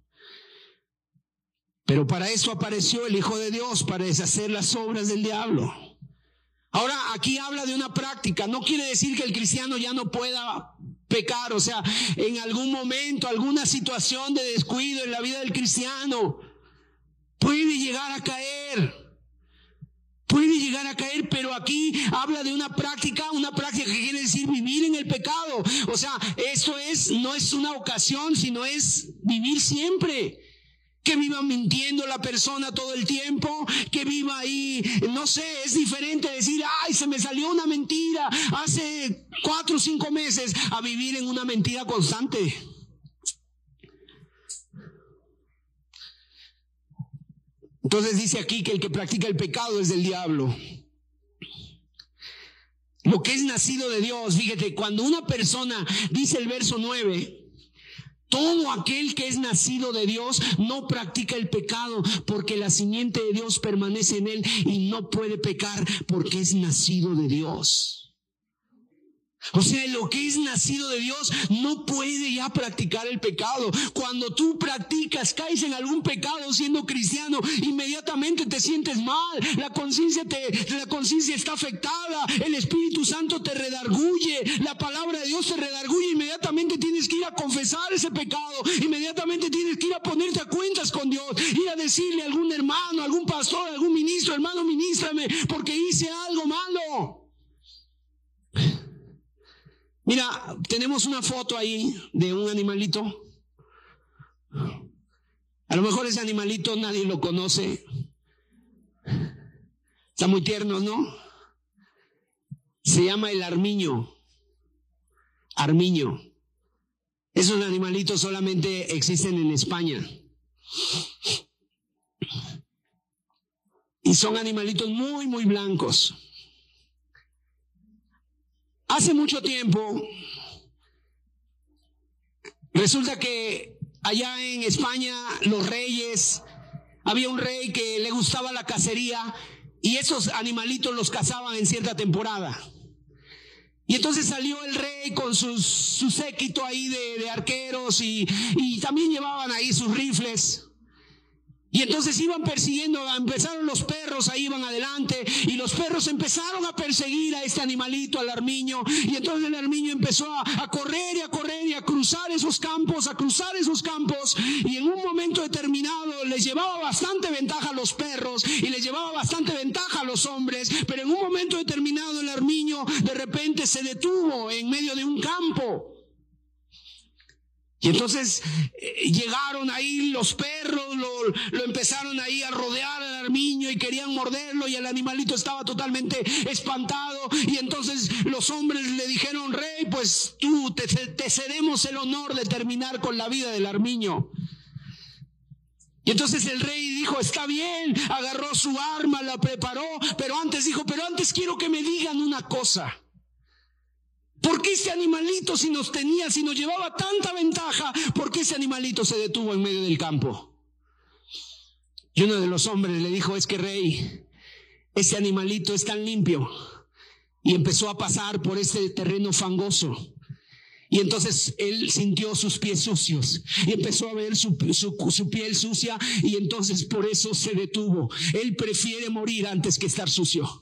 Pero para eso apareció el Hijo de Dios, para deshacer las obras del diablo. Ahora, aquí habla de una práctica. No quiere decir que el cristiano ya no pueda pecar. O sea, en algún momento, alguna situación de descuido en la vida del cristiano puede llegar a caer. Puede llegar a caer, pero aquí habla de una práctica que quiere decir vivir en el pecado. O sea, esto no es una ocasión, sino es vivir siempre. Que viva mintiendo la persona todo el tiempo, que viva ahí, no sé, es diferente decir, ay, se me salió una mentira hace 4 o 5 meses, a vivir en una mentira constante. Entonces dice aquí que el que practica el pecado es del diablo. Lo que es nacido de Dios, fíjate, cuando una persona, dice el verso 9, todo aquel que es nacido de Dios no practica el pecado, porque la simiente de Dios permanece en él y no puede pecar porque es nacido de Dios. O sea, lo que es nacido de Dios no puede ya practicar el pecado. Cuando tú practicas, caes en algún pecado siendo cristiano, inmediatamente te sientes mal, la conciencia está afectada, el Espíritu Santo te redarguye, la palabra de Dios te redarguye, inmediatamente tienes que ir a confesar ese pecado, inmediatamente tienes que ir a ponerte a cuentas con Dios, ir a decirle a algún hermano, a algún pastor, a algún ministro, hermano, ministrame porque hice algo malo. Mira, tenemos una foto ahí de un animalito. A lo mejor ese animalito nadie lo conoce. Está muy tierno, ¿no? Se llama el armiño. Armiño. Esos animalitos solamente existen en España. Y son animalitos muy, muy blancos. Hace mucho tiempo, resulta que allá en España los reyes, había un rey que le gustaba la cacería y esos animalitos los cazaban en cierta temporada. Y entonces salió el rey con su séquito ahí de arqueros y también llevaban ahí sus rifles. Y entonces iban persiguiendo, empezaron los perros, ahí iban adelante, y los perros empezaron a perseguir a este animalito, al armiño, y entonces el armiño empezó a correr y a correr y a cruzar esos campos, y en un momento determinado les llevaba bastante ventaja a los perros y les llevaba bastante ventaja a los hombres, pero en un momento determinado el armiño de repente se detuvo en medio de un campo. Y entonces llegaron ahí los perros, lo empezaron ahí a rodear al armiño y querían morderlo, y el animalito estaba totalmente espantado. Y entonces los hombres le dijeron: rey, pues tú te cedemos el honor de terminar con la vida del armiño. Y entonces el rey dijo: está bien, agarró su arma, la preparó, pero antes quiero que me digan una cosa. ¿Por qué ese animalito, si nos llevaba tanta ventaja, por qué ese animalito se detuvo en medio del campo? Y uno de los hombres le dijo: es que, rey, ese animalito es tan limpio. Y empezó a pasar por este terreno fangoso. Y entonces él sintió sus pies sucios y empezó a ver su piel sucia, y entonces por eso se detuvo. Él prefiere morir antes que estar sucio.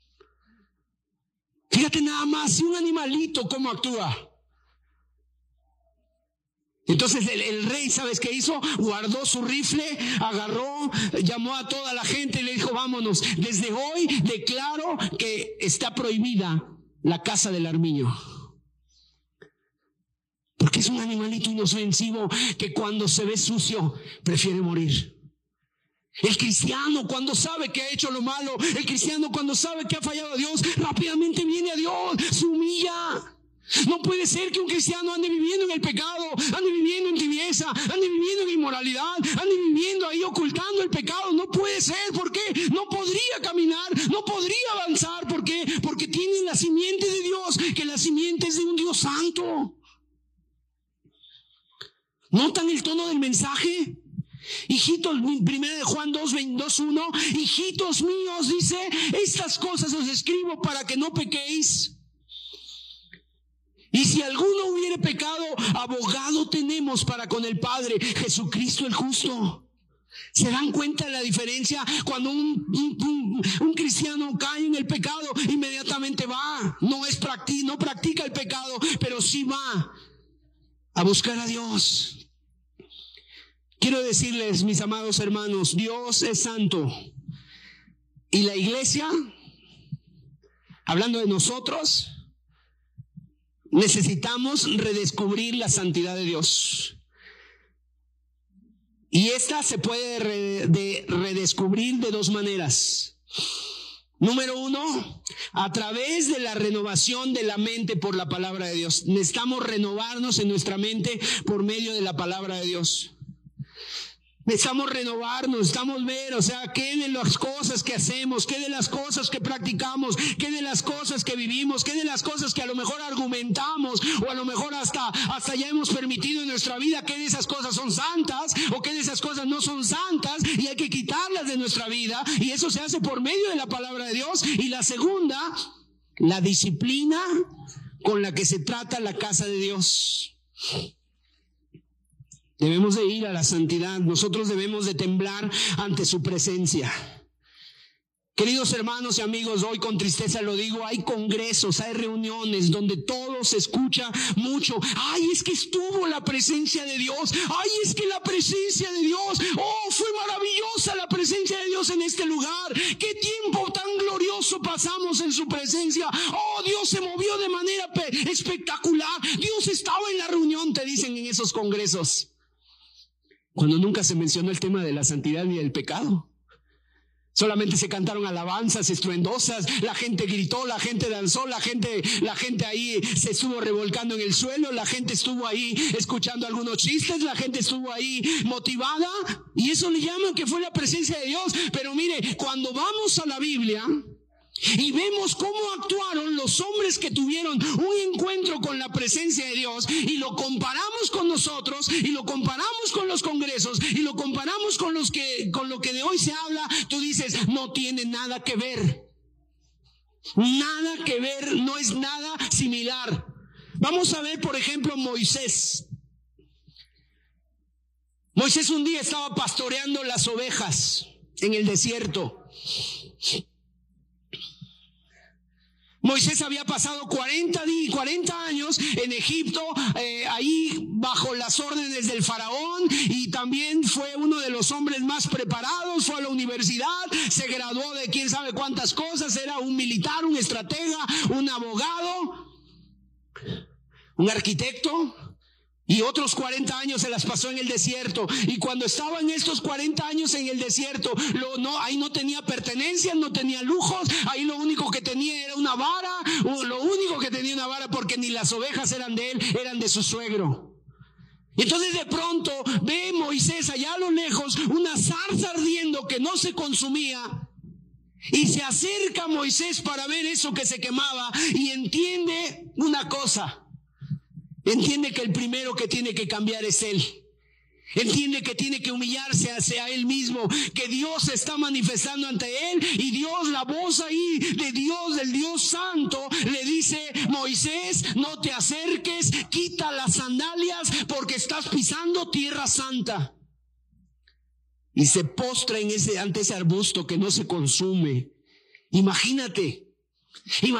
Fíjate nada más, si un animalito cómo actúa. Entonces el rey, ¿sabes qué hizo? Guardó su rifle, agarró, llamó a toda la gente y le dijo: vámonos, desde hoy declaro que está prohibida la casa del armiño. Porque es un animalito inofensivo que cuando se ve sucio prefiere morir. El cristiano cuando sabe que ha hecho lo malo, el cristiano cuando sabe que ha fallado a Dios, rápidamente viene a Dios, se humilla. No puede ser que un cristiano ande viviendo en el pecado, ande viviendo en tibieza, ande viviendo en inmoralidad, ande viviendo ahí ocultando el pecado. No puede ser. ¿Por qué? No podría caminar, no podría avanzar. ¿Por qué? Porque tiene la simiente de Dios, que la simiente es de un Dios santo. ¿Notan el tono del mensaje? Hijitos, 1 Juan 2:1, hijitos míos, dice, estas cosas os escribo para que no pequéis. Y si alguno hubiere pecado, abogado tenemos para con el Padre, Jesucristo el justo. ¿Se dan cuenta de la diferencia? Cuando un cristiano cae en el pecado, inmediatamente va. No practica el pecado, pero sí va a buscar a Dios. Quiero decirles, mis amados hermanos, Dios es santo. Y la iglesia, hablando de nosotros, necesitamos redescubrir la santidad de Dios. Y esta se puede redescubrir de dos maneras. Número 1, a través de la renovación de la mente por la palabra de Dios. Necesitamos renovarnos en nuestra mente por medio de la palabra de Dios. Necesitamos renovarnos, necesitamos ver, qué de las cosas que hacemos, qué de las cosas que practicamos, qué de las cosas que vivimos, qué de las cosas que a lo mejor argumentamos o a lo mejor hasta ya hemos permitido en nuestra vida, qué de esas cosas son santas o qué de esas cosas no son santas y hay que quitarlas de nuestra vida, y eso se hace por medio de la palabra de Dios. Y la segunda, la disciplina con la que se trata la casa de Dios. Debemos de ir a la santidad. Nosotros debemos de temblar ante su presencia. Queridos hermanos y amigos, hoy con tristeza lo digo, hay congresos, hay reuniones donde todo se escucha mucho. Ay, es que estuvo la presencia de Dios. Ay, es que la presencia de Dios. Oh, fue maravillosa la presencia de Dios en este lugar. Qué tiempo tan glorioso pasamos en su presencia. Oh, Dios se movió de manera espectacular. Dios estaba en la reunión, te dicen en esos congresos. Cuando nunca se mencionó el tema de la santidad ni del pecado. Solamente se cantaron alabanzas estruendosas, la gente gritó, la gente danzó, la gente ahí se estuvo revolcando en el suelo, la gente estuvo ahí escuchando algunos chistes, la gente estuvo ahí motivada, y eso le llaman que fue la presencia de Dios. Pero mire, cuando vamos a la Biblia y vemos cómo actuaron los hombres que tuvieron un encuentro con la presencia de Dios, y lo comparamos con nosotros, y lo comparamos con los congresos, y lo comparamos con lo que de hoy se habla, tú dices, no tiene nada que ver. Nada que ver, no es nada similar. Vamos a ver, por ejemplo, Moisés. Moisés un día estaba pastoreando las ovejas en el desierto. Moisés había pasado 40 años en Egipto, ahí bajo las órdenes del faraón, y también fue uno de los hombres más preparados. Fue a la universidad, se graduó de quién sabe cuántas cosas, era un militar, un estratega, un abogado, un arquitecto. Y otros 40 años se las pasó en el desierto. Y cuando estaba en estos 40 años en el desierto, ahí no tenía pertenencias, no tenía lujos. Ahí lo único que tenía era una vara. Porque ni las ovejas eran de él, eran de su suegro. Y entonces de pronto ve Moisés allá a lo lejos una zarza ardiendo que no se consumía. Y se acerca Moisés para ver eso que se quemaba. Y entiende una cosa. Entiende que el primero que tiene que cambiar es él. Entiende que tiene que humillarse hacia él mismo, que Dios se está manifestando ante él, y Dios, la voz ahí de Dios, del Dios santo, le dice: Moisés, no te acerques, quita las sandalias porque estás pisando tierra santa. Y se postra ante ese arbusto que no se consume. Imagínate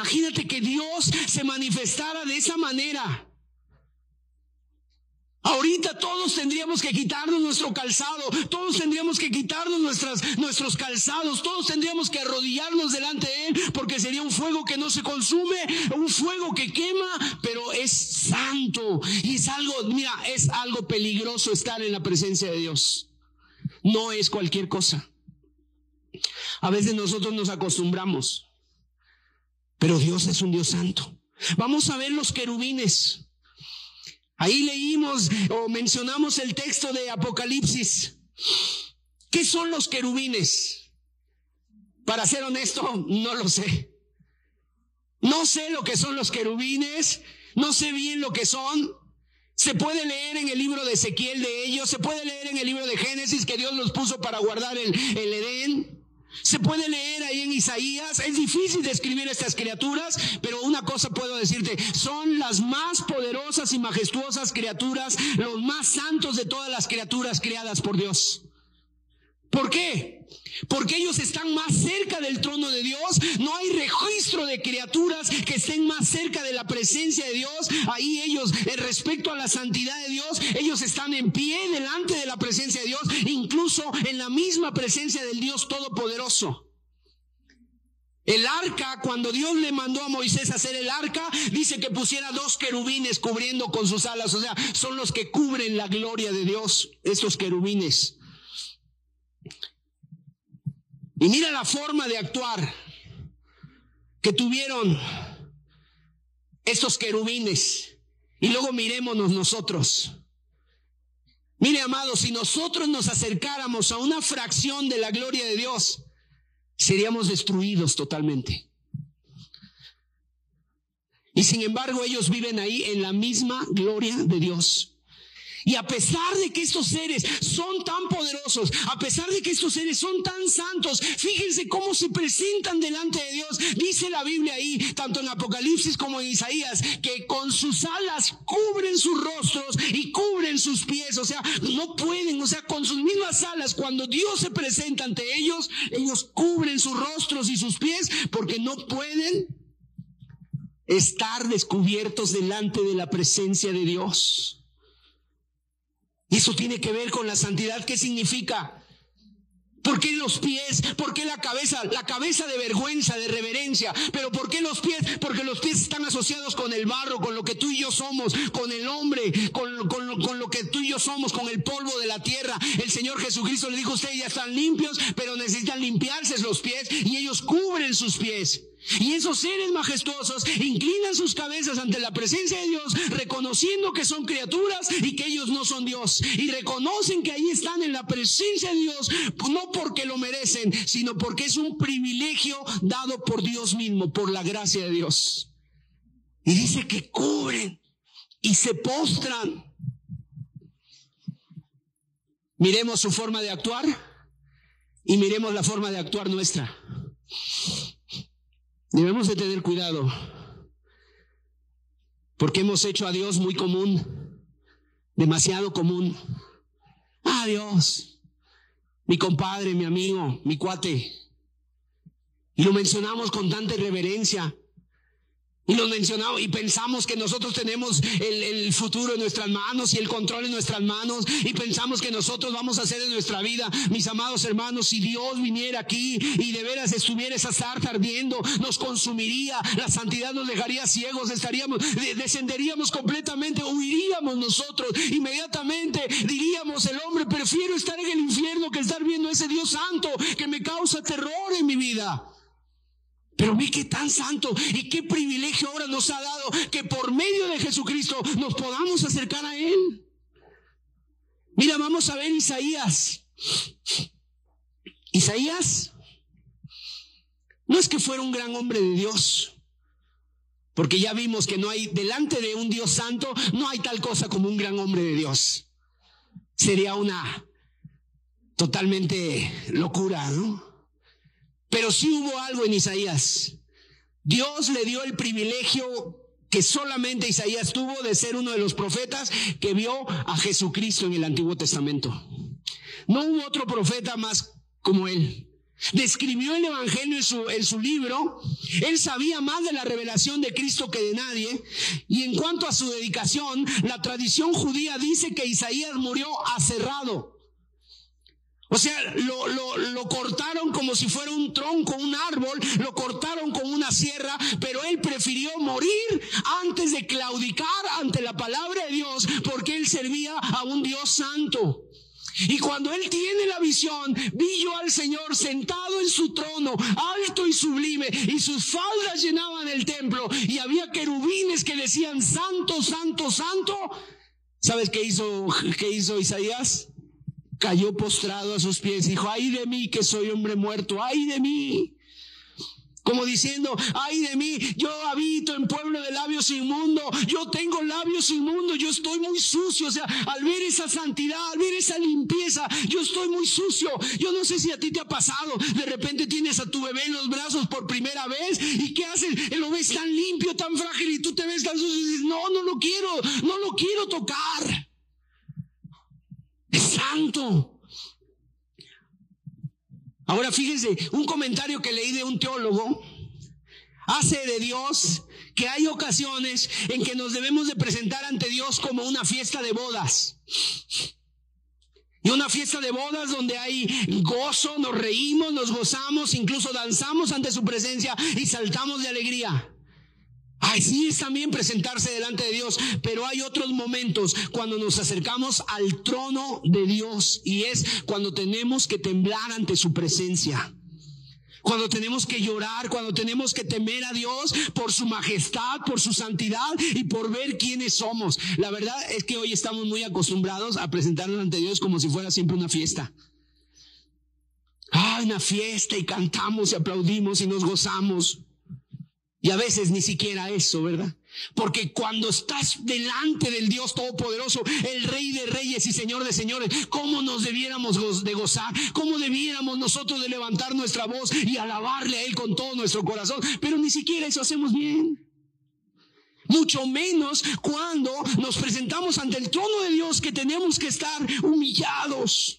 que Dios se manifestara de esa manera. Ahorita Ahorita todos tendríamos que quitarnos nuestro calzado, todos tendríamos que quitarnos nuestros calzados, todos tendríamos que arrodillarnos delante de Él, porque sería un fuego que no se consume, un fuego que quema, pero es santo. Y es algo peligroso estar en la presencia de Dios. No es cualquier cosa. A veces nosotros nos acostumbramos, pero Dios es un Dios santo. Vamos a ver los querubines. Ahí leímos o mencionamos el texto de Apocalipsis. ¿Qué son los querubines? Para ser honesto, no lo sé. No sé lo que son los querubines, no sé bien lo que son. Se puede leer en el libro de Ezequiel de ellos, se puede leer en el libro de Génesis que Dios los puso para guardar el Edén. Se puede leer ahí en Isaías. Es difícil describir estas criaturas, pero una cosa puedo decirte: son las más poderosas y majestuosas criaturas, los más santos de todas las criaturas creadas por Dios. ¿Por qué? Porque ellos están más cerca del trono de Dios. No hay registro de criaturas que estén más cerca de la presencia de Dios. Ahí ellos, respecto a la santidad de Dios, ellos están en pie delante de la presencia de Dios, incluso en la misma presencia del Dios Todopoderoso. El arca, cuando Dios le mandó a Moisés a hacer el arca, dice que pusiera 2 querubines cubriendo con sus alas. O sea, son los que cubren la gloria de Dios, estos querubines. Y mira la forma de actuar que tuvieron estos querubines. Y luego mirémonos nosotros. Mire, amados, si nosotros nos acercáramos a una fracción de la gloria de Dios, seríamos destruidos totalmente. Y sin embargo, ellos viven ahí en la misma gloria de Dios. Y a pesar de que estos seres son tan poderosos, a pesar de que estos seres son tan santos, fíjense cómo se presentan delante de Dios. Dice la Biblia ahí, tanto en Apocalipsis como en Isaías, que con sus alas cubren sus rostros y cubren sus pies. O sea, no pueden, con sus mismas alas, cuando Dios se presenta ante ellos, ellos cubren sus rostros y sus pies, porque no pueden estar descubiertos delante de la presencia de Dios. Y eso tiene que ver con la santidad. ¿Qué significa? ¿Por qué los pies? ¿Por qué la cabeza? La cabeza de vergüenza, de reverencia. ¿Pero por qué los pies? Porque los pies están asociados con el barro, con lo que tú y yo somos, con el hombre, con lo que tú y yo somos, con el polvo de la tierra. El Señor Jesucristo le dijo: ustedes ya están limpios, pero necesitan limpiarse los pies, y ellos cubren sus pies. Y esos seres majestuosos inclinan sus cabezas ante la presencia de Dios, reconociendo que son criaturas y que ellos no son Dios. Y reconocen que ahí están en la presencia de Dios, no porque lo merecen, sino porque es un privilegio dado por Dios mismo, por la gracia de Dios. Y dice que cubren y se postran. Miremos su forma de actuar y miremos la forma de actuar nuestra. Debemos de tener cuidado, porque hemos hecho a Dios muy común, demasiado común. Dios, mi compadre, mi amigo, mi cuate. Y lo mencionamos con tanta irreverencia. Y lo mencionamos y pensamos que nosotros tenemos el futuro en nuestras manos y el control en nuestras manos, y pensamos que nosotros vamos a hacer en nuestra vida. Mis amados hermanos, si Dios viniera aquí y de veras estuviera esa zarza ardiendo, nos consumiría, la santidad nos dejaría ciegos, descenderíamos completamente, huiríamos nosotros inmediatamente. Diríamos: el hombre, prefiero estar en el infierno que estar viendo a ese Dios santo que me causa terror en mi vida. Pero ve qué tan santo y qué privilegio ahora nos ha dado, que por medio de Jesucristo nos podamos acercar a Él. Mira, vamos a ver Isaías. Isaías no es que fuera un gran hombre de Dios, porque ya vimos que no hay, delante de un Dios santo, no hay tal cosa como un gran hombre de Dios. Sería una totalmente locura, ¿no? Pero sí hubo algo en Isaías. Dios le dio el privilegio que solamente Isaías tuvo de ser uno de los profetas que vio a Jesucristo en el Antiguo Testamento. No hubo otro profeta más como él. describió el evangelio en su libro. Él sabía más de la revelación de Cristo que de nadie. Y en cuanto a su dedicación, la tradición judía dice que Isaías murió aserrado. O sea, lo cortaron como si fuera un tronco, un árbol, lo cortaron con una sierra, pero él prefirió morir antes de claudicar ante la palabra de Dios, porque él servía a un Dios santo. Y cuando él tiene la visión, vi yo al Señor sentado en su trono, alto y sublime, y sus faldas llenaban el templo, y había querubines que decían: santo, santo, santo. ¿Sabes qué hizo Isaías? Cayó postrado a sus pies, dijo: ay de mí que soy hombre muerto, ay de mí. Como diciendo: ay de mí, yo habito en pueblo de labios inmundos, yo tengo labios inmundos, yo estoy muy sucio. O sea, al ver esa santidad, al ver esa limpieza, yo estoy muy sucio. Yo no sé si a ti te ha pasado, de repente tienes a tu bebé en los brazos por primera vez, y ¿qué haces? Lo ves tan limpio, tan frágil, y tú te ves tan sucio y dices: no lo quiero tocar. Es santo. Ahora fíjense, un comentario que leí de un teólogo hace de Dios que hay ocasiones en que nos debemos de presentar ante Dios como una fiesta de bodas. Y una fiesta de bodas donde hay gozo, nos reímos, nos gozamos, incluso danzamos ante su presencia y saltamos de alegría. Así es también presentarse delante de Dios, pero hay otros momentos cuando nos acercamos al trono de Dios, y es cuando tenemos que temblar ante su presencia, cuando tenemos que llorar, cuando tenemos que temer a Dios por su majestad, por su santidad y por ver quiénes somos. La verdad es que hoy estamos muy acostumbrados a presentarnos ante Dios como si fuera siempre una fiesta. Una fiesta, y cantamos y aplaudimos y nos gozamos. Y a veces ni siquiera eso, ¿verdad? Porque cuando estás delante del Dios Todopoderoso, el Rey de Reyes y Señor de Señores, ¿cómo nos debiéramos de gozar? ¿Cómo debiéramos nosotros de levantar nuestra voz y alabarle a Él con todo nuestro corazón? Pero ni siquiera eso hacemos bien. Mucho menos cuando nos presentamos ante el trono de Dios, que tenemos que estar humillados.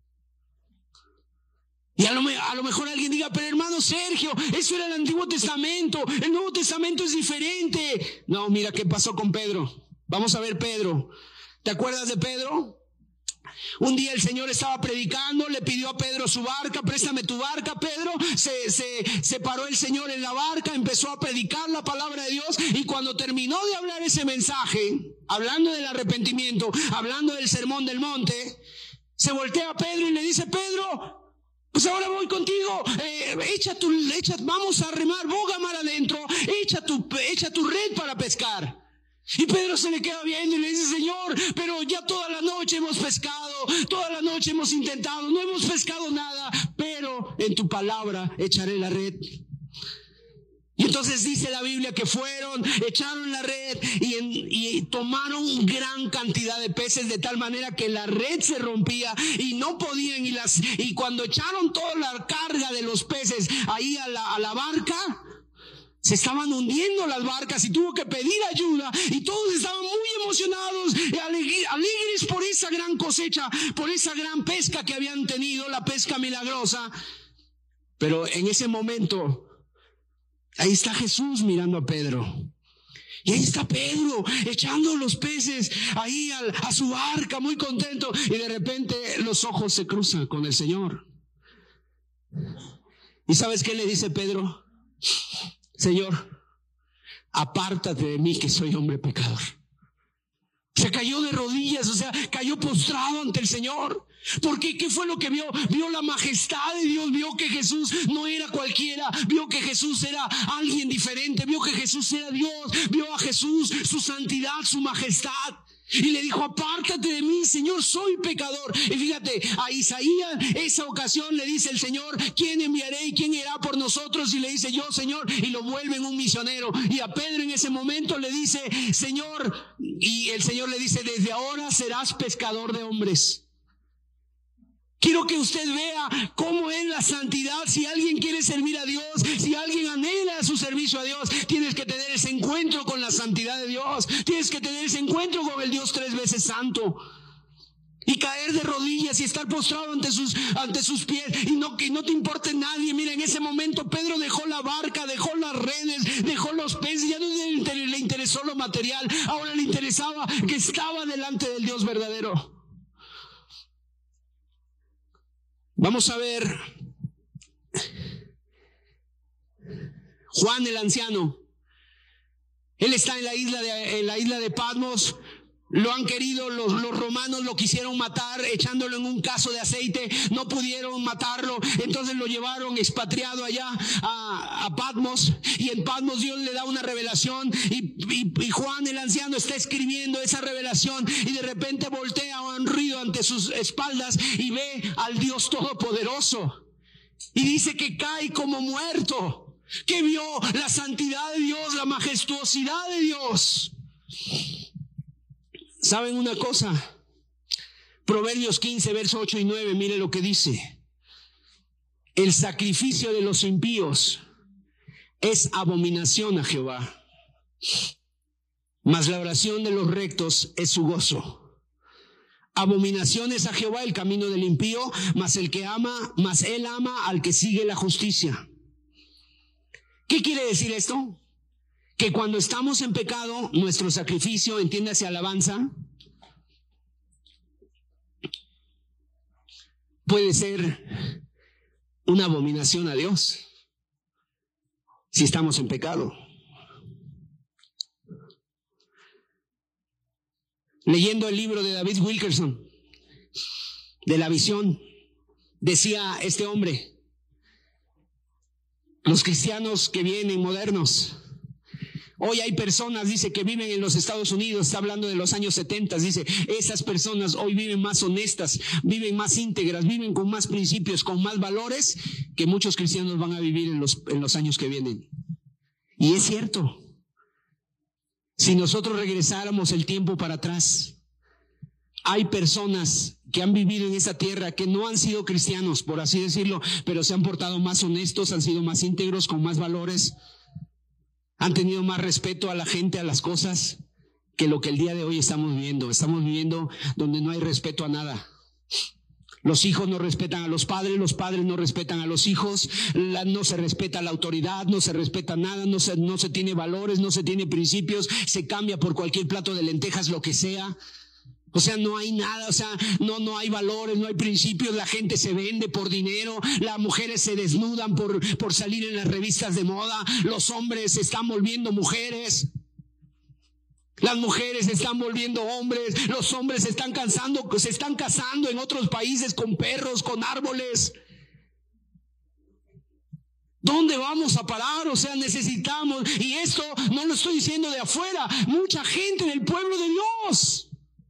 Y a lo mejor alguien diga: pero hermano Sergio, eso era el Antiguo Testamento, el Nuevo Testamento es diferente. No, mira qué pasó con Pedro. Vamos a ver Pedro. ¿Te acuerdas de Pedro? Un día el Señor estaba predicando, le pidió a Pedro su barca: préstame tu barca, Pedro. Se paró el Señor en la barca, empezó a predicar la palabra de Dios, y cuando terminó de hablar ese mensaje, hablando del arrepentimiento, hablando del sermón del monte, se voltea a Pedro y le dice: Pedro, pues ahora voy contigo, vamos a remar, boga mar adentro, echa tu red para pescar. Y Pedro se le queda viendo y le dice: Señor, pero ya toda la noche hemos pescado, toda la noche hemos intentado, no hemos pescado nada, pero en tu palabra echaré la red. Y entonces dice la Biblia que fueron, echaron la red y tomaron gran cantidad de peces, de tal manera que la red se rompía y no podían, y cuando echaron toda la carga de los peces ahí a la barca, se estaban hundiendo las barcas y tuvo que pedir ayuda, y todos estaban muy emocionados y alegres por esa gran cosecha, por esa gran pesca que habían tenido, la pesca milagrosa. Pero en ese momento, ahí está Jesús mirando a Pedro. Y ahí está Pedro echando los peces ahí a su barca, muy contento. Y de repente los ojos se cruzan con el Señor. ¿Y sabes qué le dice Pedro? Señor, apártate de mí que soy hombre pecador. Se cayó de rodillas, o sea, cayó postrado ante el Señor. Porque ¿qué fue lo que vio? Vio la majestad de Dios, vio que Jesús no era cualquiera, vio que Jesús era alguien diferente, vio que Jesús era Dios, vio a Jesús, su santidad, su majestad. Y le dijo: apártate de mí, Señor, soy pecador. Y fíjate, a Isaías, esa ocasión le dice el Señor: ¿quién enviaré y quién irá por nosotros? Y le dice: yo, Señor, y lo vuelve en un misionero. Y a Pedro en ese momento le dice: Señor, y el Señor le dice: desde ahora serás pescador de hombres. Quiero que usted vea cómo es la santidad. Si alguien quiere servir a Dios, si alguien anhela su servicio a Dios, tienes que tener ese encuentro con la santidad de Dios. Tienes que tener ese encuentro con el Dios 3 veces santo. y caer de rodillas y estar postrado ante sus pies y que no te importe nadie. Mira, en ese momento Pedro dejó la barca, dejó las redes, dejó los peces. Ya no le interesó lo material, ahora le interesaba que estaba delante del Dios verdadero. Vamos a ver Juan el anciano. Él está en la isla de Patmos. Lo han querido, los romanos lo quisieron matar echándolo en un caso de aceite, no pudieron matarlo, entonces lo llevaron expatriado allá a Patmos, y en Patmos Dios le da una revelación y Juan el anciano está escribiendo esa revelación y de repente voltea un río ante sus espaldas y ve al Dios Todopoderoso y dice que cae como muerto, que vio la santidad de Dios, la majestuosidad de Dios. ¿Saben una cosa? Proverbios 15, verso 8 y 9, mire lo que dice. El sacrificio de los impíos es abominación a Jehová, mas la oración de los rectos es su gozo. Abominación es a Jehová el camino del impío, mas él ama al que sigue la justicia. ¿Qué quiere decir esto? Que cuando estamos en pecado, nuestro sacrificio, entiéndase alabanza, puede ser una abominación a Dios si estamos en pecado. Leyendo el libro de David Wilkerson, de la visión, decía este hombre: los cristianos que vienen modernos, hoy hay personas, dice, que viven en los Estados Unidos, está hablando de los años 70, dice, esas personas hoy viven más honestas, viven más íntegras, viven con más principios, con más valores que muchos cristianos van a vivir en los años que vienen. Y es cierto. Si nosotros regresáramos el tiempo para atrás, hay personas que han vivido en esa tierra que no han sido cristianos, por así decirlo, pero se han portado más honestos, han sido más íntegros, con más valores, han tenido más respeto a la gente, a las cosas, que lo que el día de hoy estamos viviendo. Estamos viviendo donde no hay respeto a nada. Los hijos no respetan a los padres no respetan a los hijos, no se respeta la autoridad, no se respeta nada, no se tiene valores, no se tiene principios, se cambia por cualquier plato de lentejas, lo que sea. O sea, no hay nada, o sea, no hay valores, no hay principios, la gente se vende por dinero, las mujeres se desnudan por salir en las revistas de moda, los hombres se están volviendo mujeres, las mujeres se están volviendo hombres, los hombres se están casando en otros países con perros, con árboles. ¿Dónde vamos a parar? O sea, necesitamos, y esto no lo estoy diciendo de afuera, mucha gente del pueblo de Dios.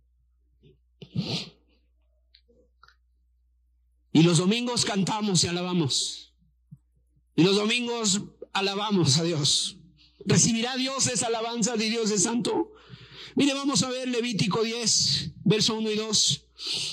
Y los domingos cantamos y alabamos. Y los domingos alabamos a Dios. ¿Recibirá Dios esa alabanza de Dios es santo? Mire, vamos a ver Levítico 10, verso 1 y 2.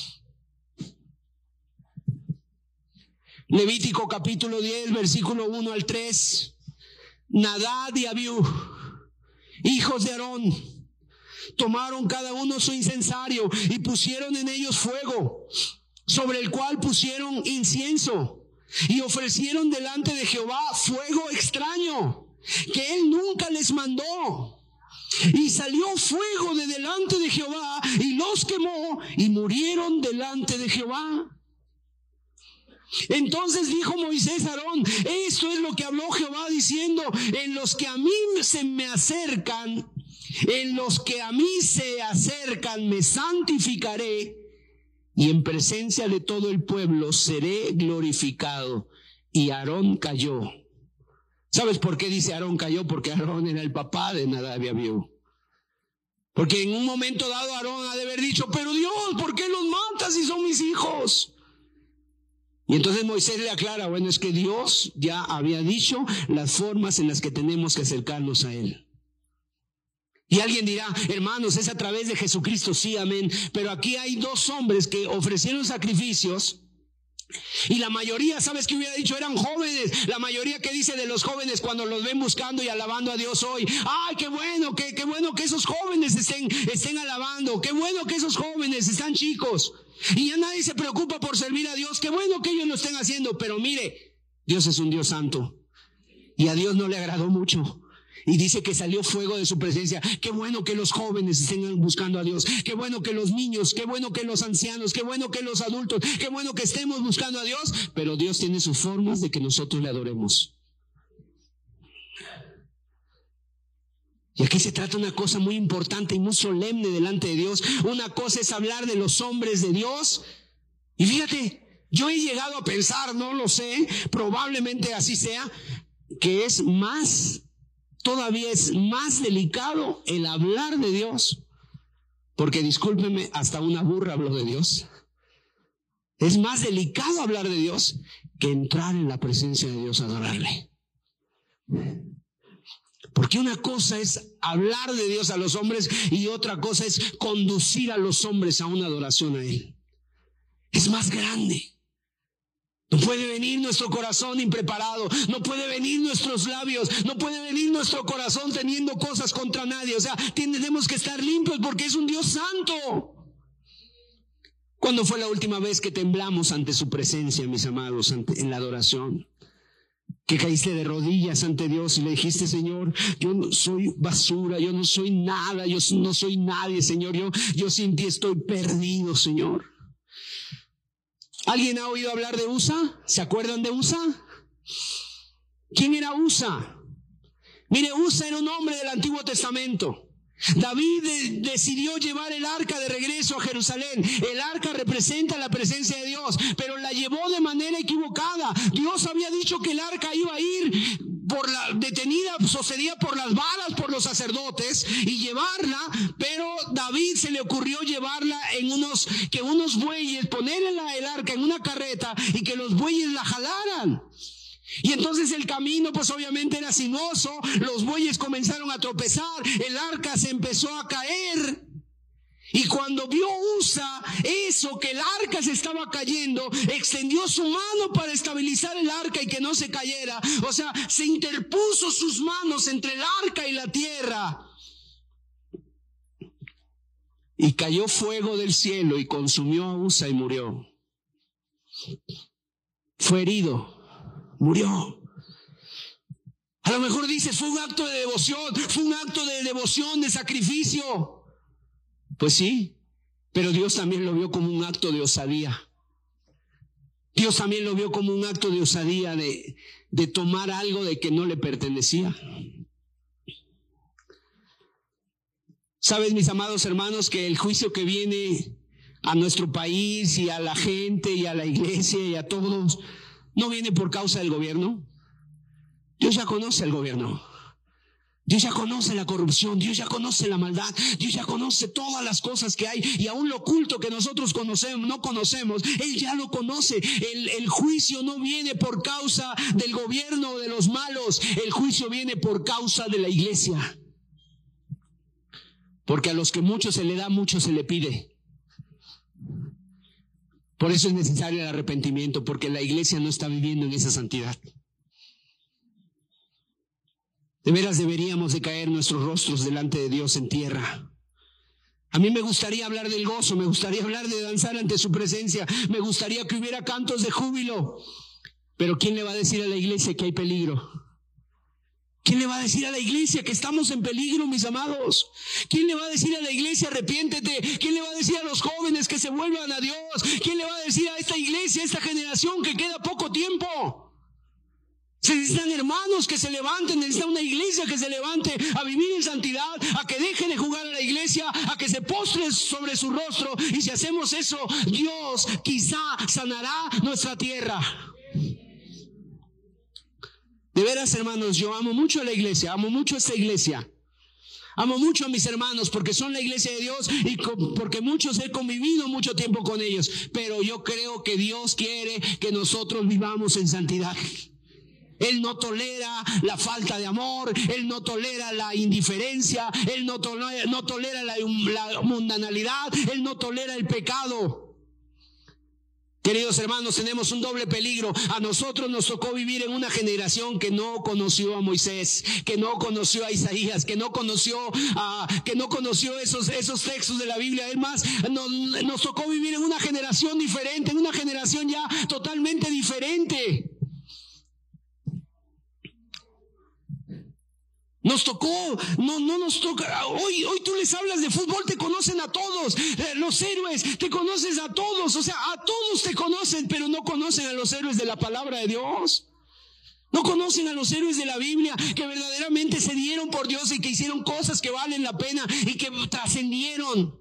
Levítico capítulo 10, versículo 1 al 3. Nadab y Abiú, hijos de Aarón, tomaron cada uno su incensario y pusieron en ellos fuego, sobre el cual pusieron incienso, y ofrecieron delante de Jehová fuego extraño, que él nunca les mandó. Y salió fuego de delante de Jehová y los quemó, y murieron delante de Jehová. Entonces dijo Moisés a Aarón: esto es lo que habló Jehová diciendo: en los que a mí me acercan me santificaré, y en presencia de todo el pueblo seré glorificado. Y Aarón cayó. ¿Sabes por qué dice Aarón cayó? Porque Aarón era el papá de Nadab y Abiú. Porque en un momento dado Aarón ha de haber dicho: pero Dios, ¿por qué los matas si son mis hijos? Y entonces Moisés le aclara: bueno, es que Dios ya había dicho las formas en las que tenemos que acercarnos a Él. Y alguien dirá: hermanos, es a través de Jesucristo. Sí, amén. Pero aquí hay dos hombres que ofrecieron sacrificios, y la mayoría, ¿sabes qué hubiera dicho? Eran jóvenes. La mayoría que dice de los jóvenes cuando los ven buscando y alabando a Dios hoy: ay, qué bueno que esos jóvenes estén alabando, qué bueno que esos jóvenes están chicos. Y ya nadie se preocupa por servir a Dios. Qué bueno que ellos lo estén haciendo, pero mire, Dios es un Dios santo. Y a Dios no le agradó mucho. Y dice que salió fuego de su presencia. Qué bueno que los jóvenes estén buscando a Dios. Qué bueno que los niños, qué bueno que los ancianos, qué bueno que los adultos, qué bueno que estemos buscando a Dios. Pero Dios tiene sus formas de que nosotros le adoremos. Y aquí se trata una cosa muy importante y muy solemne delante de Dios. Una cosa es hablar de los hombres de Dios. Y fíjate, yo he llegado a pensar, no lo sé, probablemente así sea, que es más, todavía es más delicado el hablar de Dios. Porque discúlpeme, hasta una burra habló de Dios. Es más delicado hablar de Dios que entrar en la presencia de Dios a adorarle. Porque una cosa es hablar de Dios a los hombres y otra cosa es conducir a los hombres a una adoración a Él. Es más grande. No puede venir nuestro corazón impreparado, no puede venir nuestros labios, no puede venir nuestro corazón teniendo cosas contra nadie. O sea, tenemos que estar limpios porque es un Dios santo. ¿Cuándo fue la última vez que temblamos ante su presencia, mis amados, en la adoración? Que caíste de rodillas ante Dios y le dijiste: Señor, yo no soy basura, yo no soy nada, yo no soy nadie, Señor, yo sin ti estoy perdido, Señor. ¿Alguien ha oído hablar de Usa? ¿Se acuerdan de Usa? ¿Quién era Usa? Mire, Usa era un hombre del Antiguo Testamento. David decidió llevar el arca de regreso a Jerusalén. El arca representa la presencia de Dios, pero la llevó de manera equivocada. Dios había dicho que el arca iba a ir detenida, sucedía por las varas, por los sacerdotes, y llevarla, pero David se le ocurrió llevarla en unos bueyes, ponerla el arca en una carreta y que los bueyes la jalaran. Y entonces el camino pues obviamente era sinuoso, los bueyes comenzaron a tropezar, el arca se empezó a caer. Y cuando vio Usa eso, que el arca se estaba cayendo, extendió su mano para estabilizar el arca y que no se cayera. O sea, se interpuso sus manos entre el arca y la tierra. Y cayó fuego del cielo y consumió a Usa y murió. Fue herido. Murió. A lo mejor dices, fue un acto de devoción, de sacrificio. Pues sí, pero Dios también lo vio como un acto de osadía. Dios también lo vio como un acto de osadía de tomar algo de que no le pertenecía. ¿Sabes, mis amados hermanos, que el juicio que viene a nuestro país y a la gente y a la iglesia y a todos no viene por causa del gobierno? Dios ya conoce al gobierno. Dios ya conoce la corrupción, Dios ya conoce la maldad, Dios ya conoce todas las cosas que hay, y aún lo oculto que nosotros no conocemos, Él ya lo conoce. El juicio no viene por causa del gobierno o de los malos, el juicio viene por causa de la iglesia. Porque a los que mucho se le da, mucho se le pide. Por eso es necesario el arrepentimiento, porque la iglesia no está viviendo en esa santidad. De veras deberíamos de caer nuestros rostros delante de Dios en tierra. A mí me gustaría hablar del gozo, me gustaría hablar de danzar ante su presencia, me gustaría que hubiera cantos de júbilo. Pero ¿quién le va a decir a la iglesia que hay peligro? ¿Quién le va a decir a la iglesia que estamos en peligro, mis amados? ¿Quién le va a decir a la iglesia, arrepiéntete? ¿Quién le va a decir a los jóvenes que se vuelvan a Dios? ¿Quién le va a decir a esta iglesia, a esta generación que queda poco tiempo? Se necesitan hermanos que se levanten, necesita una iglesia que se levante a vivir en santidad, a que deje de jugar a la iglesia, a que se postre sobre su rostro. Y si hacemos eso, Dios quizá sanará nuestra tierra. De veras, hermanos, yo amo mucho a la iglesia, amo mucho a esta iglesia. Amo mucho a mis hermanos porque son la iglesia de Dios y porque muchos he convivido mucho tiempo con ellos. Pero yo creo que Dios quiere que nosotros vivamos en santidad. Él no tolera la falta de amor, Él no tolera la indiferencia, Él no tolera la mundanalidad, Él no tolera el pecado. Queridos hermanos, tenemos un doble peligro. A nosotros nos tocó vivir en una generación que no conoció a Moisés, que no conoció a Isaías, que no conoció esos textos de la Biblia. Es más, nos tocó vivir en una generación generación diferente, en una generación ya totalmente diferente. Nos tocó, no nos toca. Hoy tú les hablas de fútbol, te conocen a todos. Los héroes, te conoces a todos. O sea, a todos te conocen, pero no conocen a los héroes de la palabra de Dios. No conocen a los héroes de la Biblia que verdaderamente se dieron por Dios y que hicieron cosas que valen la pena y que trascendieron.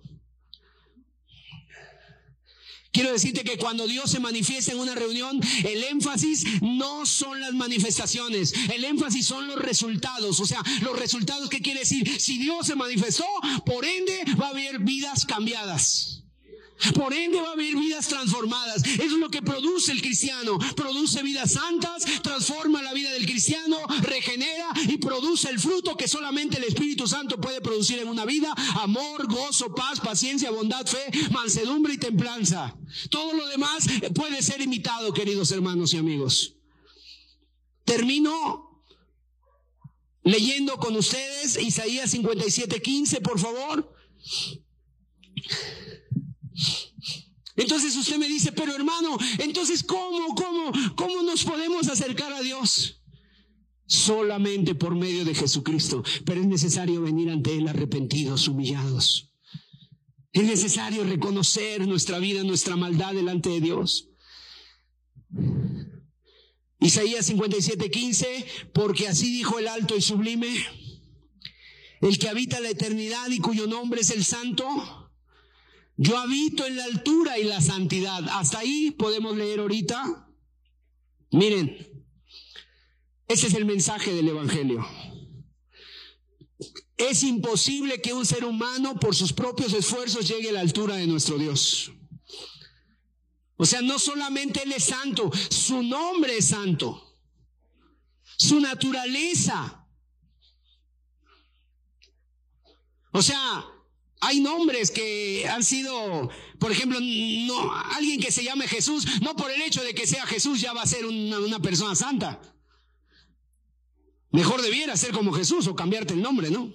Quiero decirte que cuando Dios se manifiesta en una reunión, el énfasis no son las manifestaciones, el énfasis son los resultados. O sea, los resultados, ¿qué quiere decir? Si Dios se manifestó, por ende va a haber vidas cambiadas. Por ende va a haber vidas transformadas. Eso es lo que produce el cristiano. Produce vidas santas, transforma la vida del cristiano, regenera y produce el fruto que solamente el Espíritu Santo puede producir en una vida: amor, gozo, paz, paciencia, bondad, fe, mansedumbre y templanza. Todo lo demás puede ser imitado, queridos hermanos y amigos. Termino leyendo con ustedes Isaías 57:15, por favor. Entonces usted me dice, pero hermano, entonces ¿cómo nos podemos acercar a Dios? Solamente por medio de Jesucristo. Pero es necesario venir ante Él arrepentidos, humillados. Es necesario reconocer nuestra vida, nuestra maldad delante de Dios. Isaías 57:15, porque así dijo el alto y sublime, el que habita la eternidad y cuyo nombre es el Santo. Yo habito en la altura y la santidad. Hasta ahí podemos leer ahorita. Miren, ese es el mensaje del Evangelio. Es imposible que un ser humano por sus propios esfuerzos llegue a la altura de nuestro Dios. O sea, no solamente Él es santo, su nombre es santo. Su naturaleza. O sea, hay nombres que han sido, por ejemplo, no, alguien que se llame Jesús, no por el hecho de que sea Jesús ya va a ser una persona santa. Mejor debiera ser como Jesús o cambiarte el nombre, ¿no?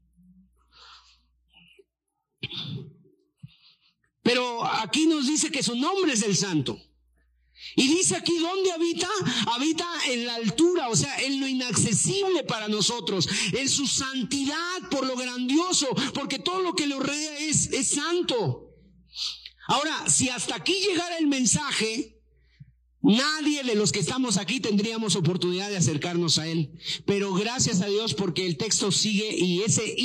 Pero aquí nos dice que su nombre es el Santo. Y dice aquí, ¿dónde habita? Habita en la altura, o sea, en lo inaccesible para nosotros, en su santidad, por lo grandioso, porque todo lo que lo rodea es santo. Ahora, si hasta aquí llegara el mensaje, nadie de los que estamos aquí tendríamos oportunidad de acercarnos a Él. Pero gracias a Dios, porque el texto sigue, y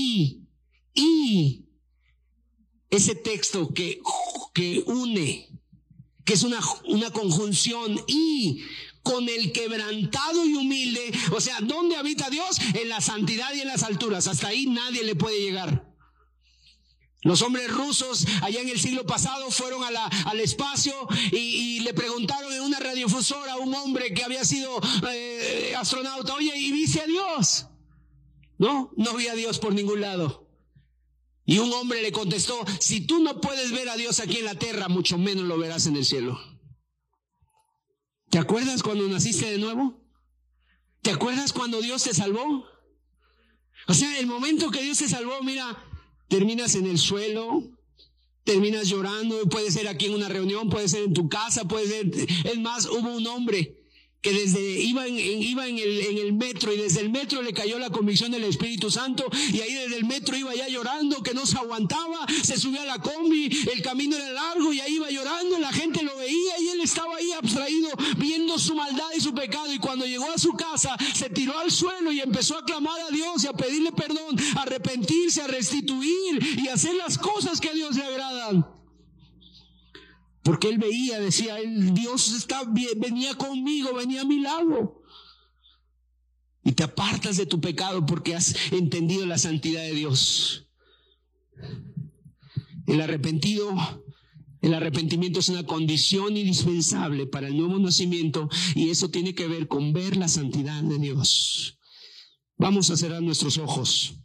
ese texto que une, que es una conjunción, y con el quebrantado y humilde. O sea, ¿dónde habita Dios? En la santidad y en las alturas. Hasta ahí nadie le puede llegar. Los hombres rusos allá en el siglo pasado fueron al espacio y le preguntaron en una radiodifusora a un hombre que había sido astronauta: oye, ¿y viste a Dios? No vi a Dios por ningún lado. Y un hombre le contestó: si tú no puedes ver a Dios aquí en la tierra, mucho menos lo verás en el cielo. ¿Te acuerdas cuando naciste de nuevo? ¿Te acuerdas cuando Dios te salvó? O sea, el momento que Dios te salvó, mira, terminas en el suelo, terminas llorando. Puede ser aquí en una reunión, puede ser en tu casa, puede ser. Es más, hubo un hombre que iba en el metro, y desde el metro le cayó la convicción del Espíritu Santo, y ahí desde el metro iba ya llorando, que no se aguantaba. Se subió a la combi, el camino era largo y ahí iba llorando, la gente lo veía y él estaba ahí abstraído viendo su maldad y su pecado. Y cuando llegó a su casa se tiró al suelo y empezó a clamar a Dios y a pedirle perdón, a arrepentirse, a restituir y a hacer las cosas que a Dios le agradan. Porque él veía, decía, Dios venía conmigo, venía a mi lado. Y te apartas de tu pecado porque has entendido la santidad de Dios. El arrepentimiento es una condición indispensable para el nuevo nacimiento, y eso tiene que ver con ver la santidad de Dios. Vamos a cerrar nuestros ojos.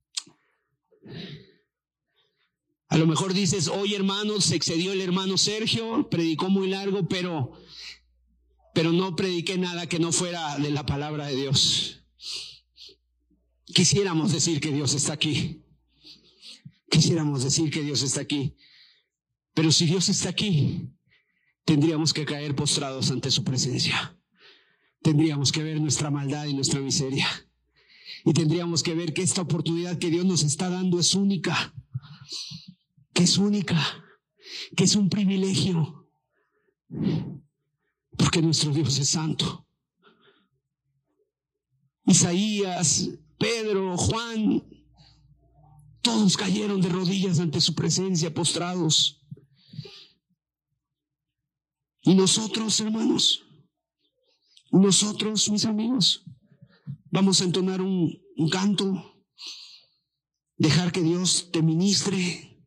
A lo mejor dices: oye, hermano, se excedió el hermano Sergio, predicó muy largo, pero no prediqué nada que no fuera de la palabra de Dios. Quisiéramos decir que Dios está aquí. Quisiéramos decir que Dios está aquí. Pero si Dios está aquí, tendríamos que caer postrados ante su presencia. Tendríamos que ver nuestra maldad y nuestra miseria. Y tendríamos que ver que esta oportunidad que Dios nos está dando es única. Que es única. Que es un privilegio. Porque nuestro Dios es santo. Isaías, Pedro, Juan, todos cayeron de rodillas ante su presencia, postrados. Y nosotros, hermanos, nosotros, mis amigos, vamos a entonar un canto, dejar que Dios te ministre.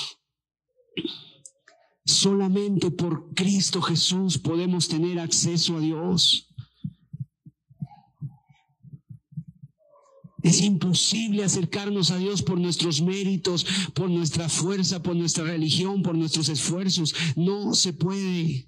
Solamente por Cristo Jesús podemos tener acceso a Dios. Es imposible acercarnos a Dios por nuestros méritos, por nuestra fuerza, por nuestra religión, por nuestros esfuerzos. No se puede.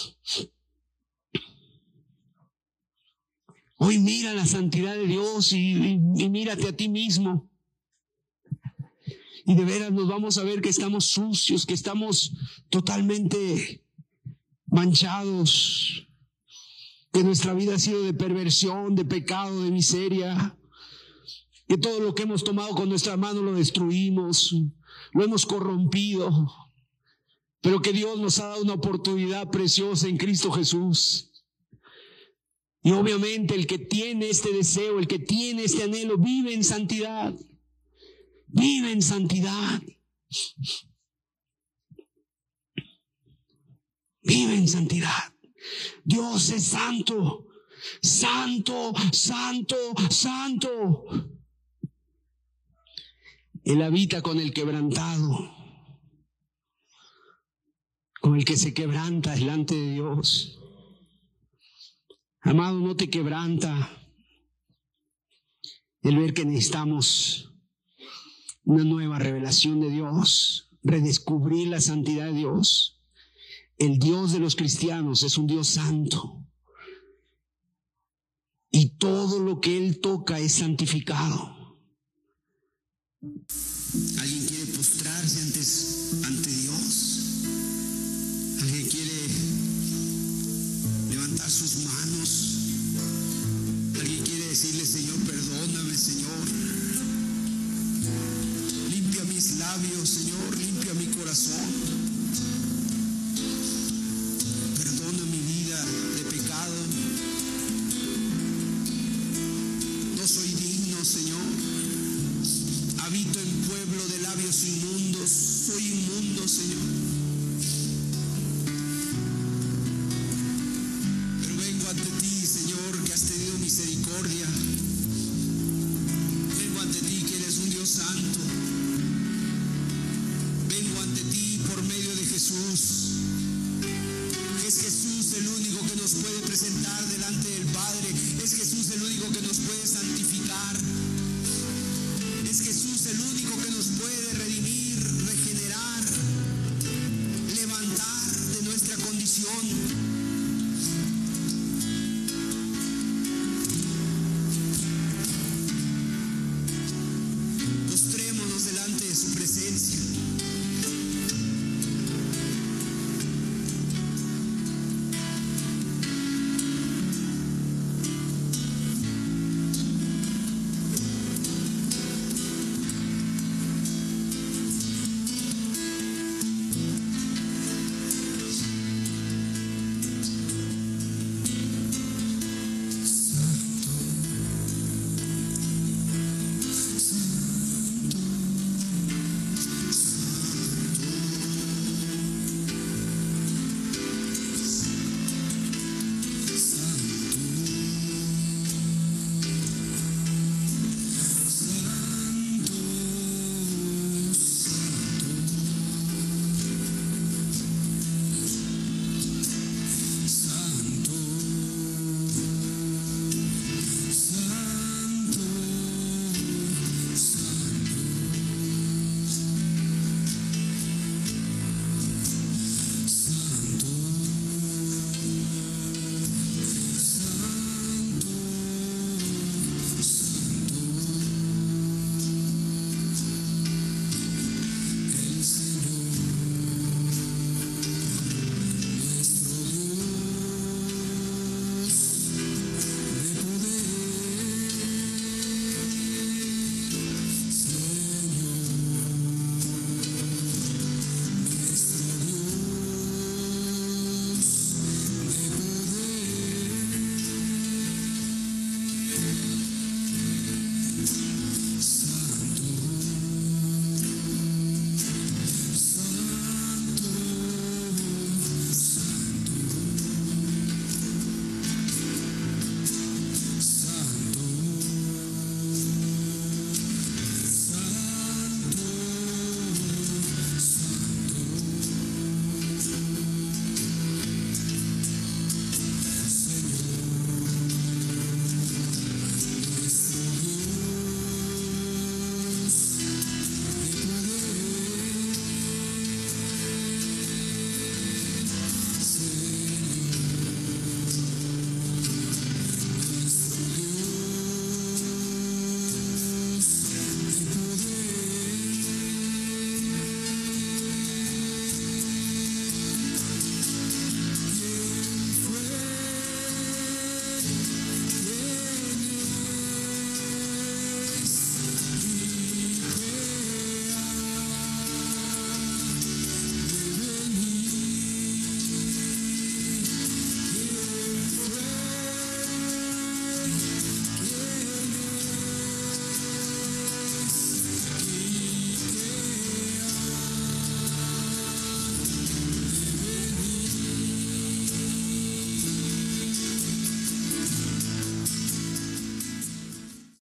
Hoy mira la santidad de Dios y mírate a ti mismo. Y de veras nos vamos a ver que estamos sucios, que estamos totalmente manchados, que nuestra vida ha sido de perversión, de pecado, de miseria, que todo lo que hemos tomado con nuestras manos lo destruimos, lo hemos corrompido, pero que Dios nos ha dado una oportunidad preciosa en Cristo Jesús. Y obviamente el que tiene este deseo, el que tiene este anhelo, vive en santidad. Vive en santidad. Vive en santidad. Dios es santo. Santo, santo, santo. Él habita con el quebrantado, con el que se quebranta delante de Dios. Amado, no te quebranta el ver que necesitamos una nueva revelación de Dios, redescubrir la santidad de Dios. El Dios de los cristianos es un Dios santo y todo lo que Él toca es santificado. ¿Alguien quiere postrarse ante Dios? ¿Alguien quiere levantar sus manos? ¿Alguien quiere decirle: Señor, perdóname, Señor? Limpia mis labios, Señor, limpia mi corazón. Perdona mi vida de pecado. No soy digno, Señor. Habito en pueblo de labios inmundos. Soy inmundo, Señor. Pero vengo ante ti, Señor, que has tenido misericordia. Vengo ante ti, que eres un Dios santo. Vengo ante ti por medio de Jesús. Es Jesús el único que nos puede presentar delante del Padre. Es Jesús el único que nos puede santificar.